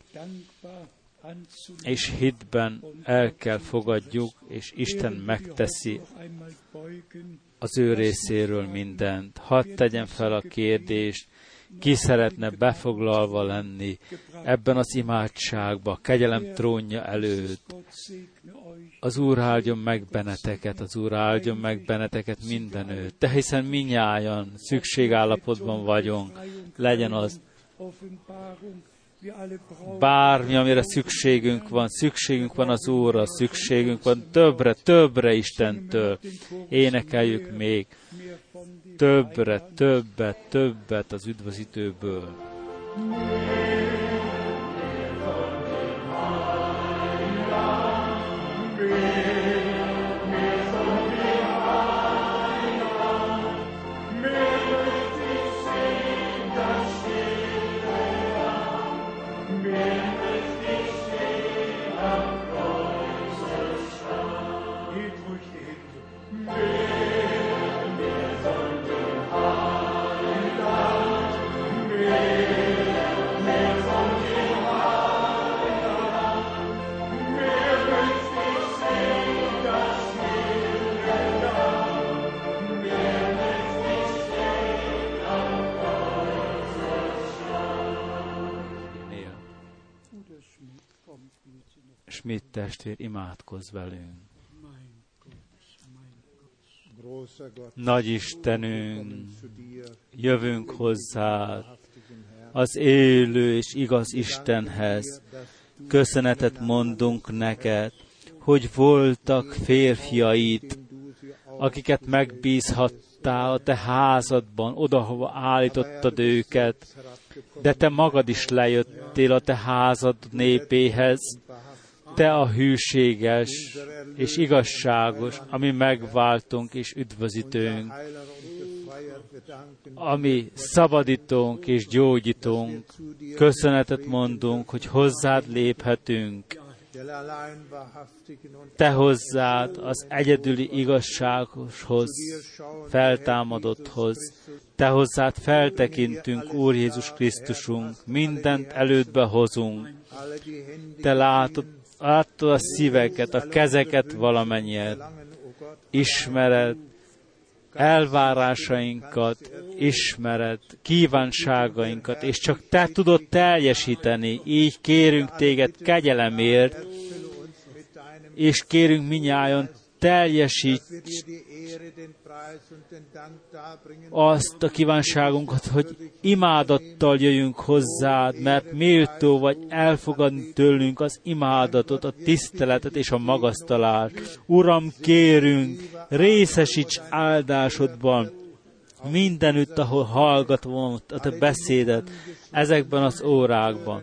és hitben el kell fogadjuk, és Isten megteszi az ő részéről mindent. Hadd tegyen fel a kérdést, ki szeretne befoglalva lenni ebben az imádságban, a kegyelem trónja előtt. Az Úr áldjon meg benneteket, az Úr áldjon meg benneteket mindenütt. De hiszen minnyájan szükségállapotban vagyunk, legyen az bármi, amire szükségünk van, szükségünk van az Úrra, szükségünk van többre, többre Istentől. Énekeljük még többre, többet, többet az üdvözítőből. Schmidt testvér, imádkozz velünk. Nagy Istenünk, jövünk hozzá az élő és igaz Istenhez. Köszönetet mondunk neked, hogy voltak férfiaid, akiket megbízhattál a te házadban, odahova állítottad őket, de te magad is lejöttél a te házad népéhez. Te a hűséges és igazságos, ami megváltunk és üdvözítőnk, ami szabadítónk és gyógyítónk. Köszönetet mondunk, hogy hozzád léphetünk. Te hozzád az egyedüli igazságoshoz, feltámadotthoz. Te hozzád feltekintünk, Úr Jézus Krisztusunk, mindent elődbe hozunk. Te látod, látod a szíveket, a kezeket valamennyien. Ismered elvárásainkat, ismered kívánságainkat, és csak te tudod teljesíteni. Így kérünk téged kegyelemért, és kérünk minnyájon teljesíts azt a kívánságunkat, hogy imádattal jöjjünk hozzád, mert méltó vagy elfogadni tőlünk az imádatot, a tiszteletet és a magasztalást. Uram, kérünk, részesíts áldásodban mindenütt, ahol hallgatom a te beszédet, ezekben az órákban.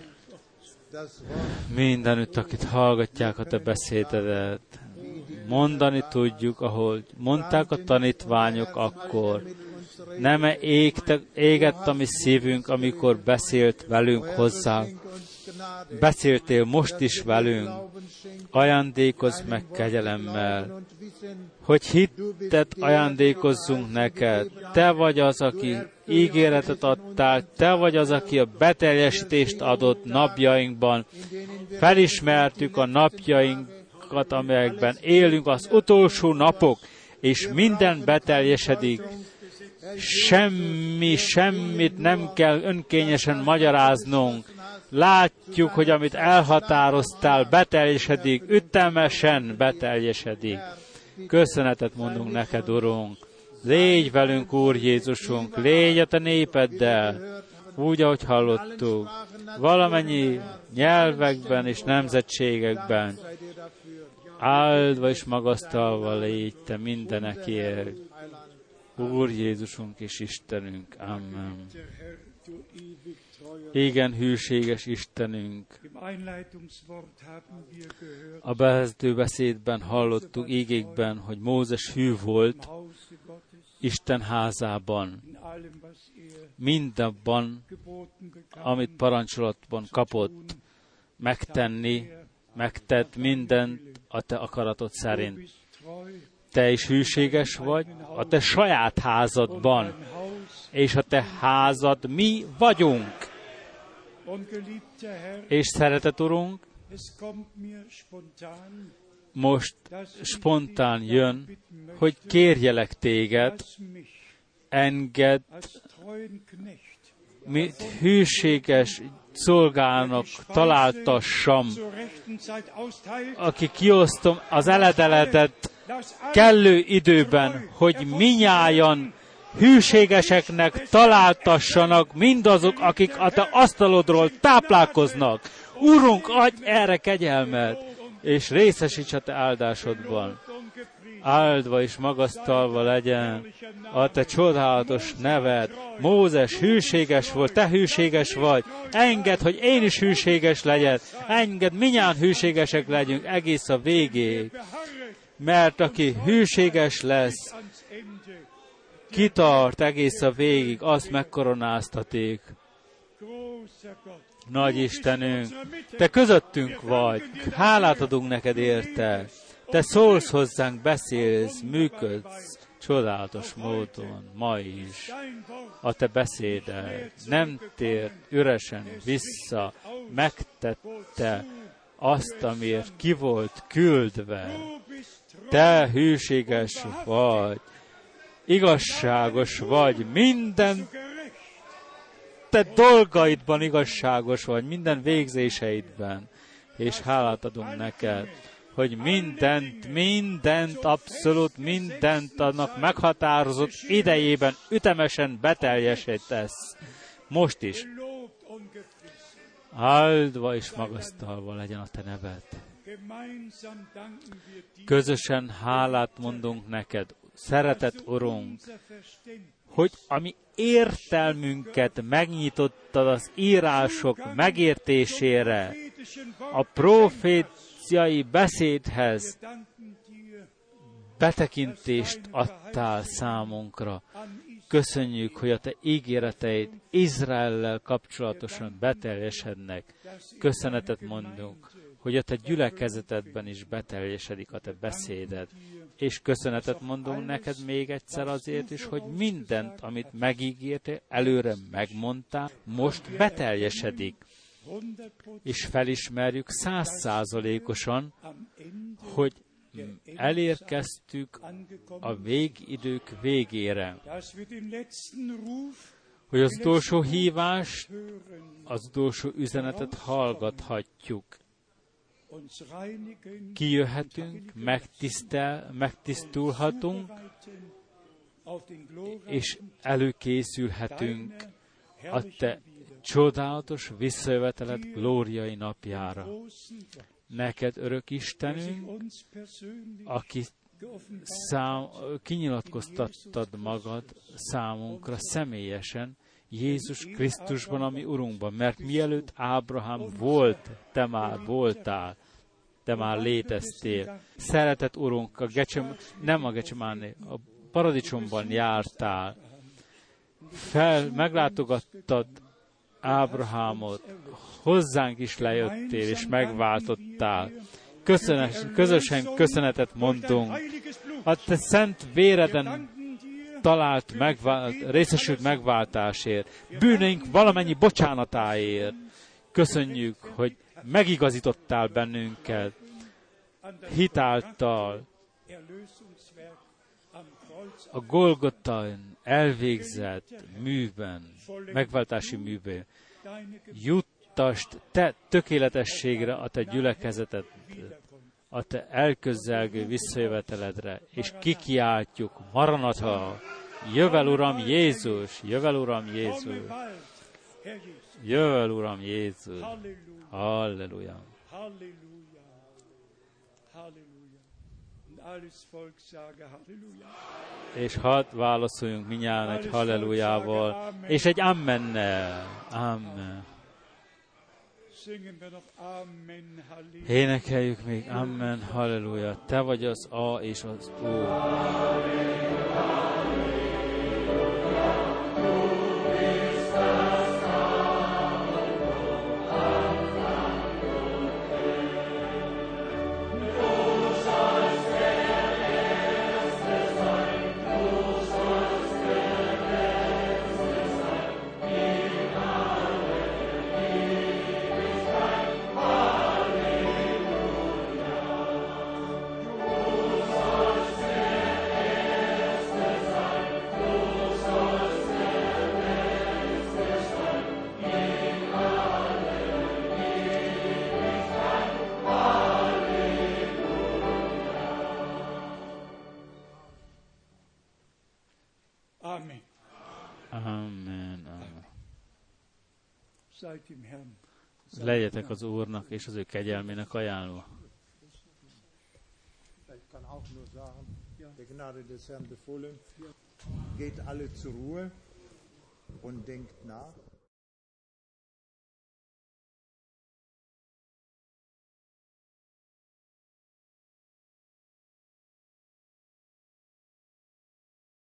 Mindenütt, akit hallgatják a te beszédedet, mondani tudjuk, ahogy mondták a tanítványok akkor. Nem égte, égett a mi szívünk, amikor beszélt velünk hozzá. Beszéltél most is velünk. Ajándékozz meg kegyelemmel, hogy hittet ajándékozzunk neked. Te vagy az, aki ígéretet adtál, te vagy az, aki a beteljesítést adott napjainkban. Felismertük a napjainkat, amelyekben élünk, az utolsó napok, és minden beteljesedik. Semmi, semmit nem kell önkényesen magyaráznunk. Látjuk, hogy amit elhatároztál, beteljesedik, ütemesen beteljesedik. Köszönetet mondunk neked, Urunk. Légy velünk, Úr Jézusunk, légy a te népeddel, úgy, ahogy hallottuk, valamennyi nyelvekben és nemzetségekben. Áldva és magasztalva légy te mindenekért. Úr Jézusunk és Istenünk. Amen. Igen, hűséges Istenünk. A bevezető beszédben hallottuk ígékben, hogy Mózes hű volt Isten házában. Mindabban, amit parancsolatban kapott, megtenni, megtett mindent a te akaratod szerint. Te is hűséges vagy a te saját házadban, és a te házad mi vagyunk. És szeretett Urunk, most spontán jön, hogy kérjelek téged, engedd, mint hűséges szolgának találtassam, aki kiosztom az eledeledet kellő időben, hogy minnyájan hűségeseknek találtassanak mindazok, akik a te asztalodról táplálkoznak. Úrunk, adj erre kegyelmet, és részesíts a te áldásodban. Áldva és magasztalva legyen a te csodálatos neved. Mózes hűséges volt, te hűséges vagy. Engedd, hogy én is hűséges legyek. Engedd, minnyáján hűségesek legyünk egész a végéig. Mert aki hűséges lesz, kitart egész a végig, azt megkoronáztaték. Nagy Istenünk, te közöttünk vagy, hálát adunk neked érte. Te szólsz hozzánk, beszélsz, működsz, csodálatos módon, ma is. A te beszéded nem tér üresen vissza, megtette azt, amiért ki volt küldve. Te hűséges vagy, igazságos vagy, minden te dolgaidban igazságos vagy, minden végzéseidben, és hálát adunk neked, hogy mindent, mindent, abszolút mindent annak meghatározott idejében ütemesen beteljesítesz. Most is. Áldva és magasztalva legyen a te neved. Közösen hálát mondunk neked, szeretett Urunk, hogy ami értelmünket megnyitottad az írások megértésére, a proféciai beszédhez betekintést adtál számunkra. Köszönjük, hogy a te ígéreteid Izraellel kapcsolatosan beteljesednek. Köszönetet mondunk, hogy a te gyülekezetedben is beteljesedik a te beszéded. És köszönetet mondunk neked még egyszer azért is, hogy mindent, amit megígértél, előre megmondtál, most beteljesedik. És felismerjük százszázalékosan, hogy elérkeztük a végidők végére. Hogy az utolsó hívást, az utolsó üzenetet hallgathatjuk. Kijöhetünk, megtisztel, megtisztulhatunk, és előkészülhetünk a te csodálatos visszajöveteled glóriai napjára. Neked, örök Istenünk, aki szám, kinyilatkoztattad magad számunkra személyesen, Jézus Krisztusban, ami Urunkban, mert mielőtt Ábrahám volt, te már voltál, te már léteztél. Szeretett Urunk, a Gecsem, nem a Gecsemáné, a paradicsomban jártál. Fel, meglátogattad Ábrahámot, hozzánk is lejöttél, és megváltottál. Köszönes, közösen köszönetet mondunk. A te szent véreden talált, megvált, részesült megváltásért, bűneink valamennyi bocsánatáért. Köszönjük, hogy megigazítottál bennünket hitáltal. A Golgotán elvégzett műben, megváltási műben jut mutasd te tökéletességre a te gyülekezeted, a te elközelgő visszajöveteledre, és kikiáltjuk, Maranatha, jövel Uram Jézus, jövel Uram Jézus, jövel Uram Jézus, halleluja. És hadd válaszoljunk mindjárt egy hallelujával, és egy ammennel. Amen. Énekeljük még, amen, halleluja. Te vagy az A és az O. Legyetek az Úrnak és az ő kegyelmének ajánlva. Der Gnade des Herrn befohlen. Geht alle zur Ruhe und denkt nach.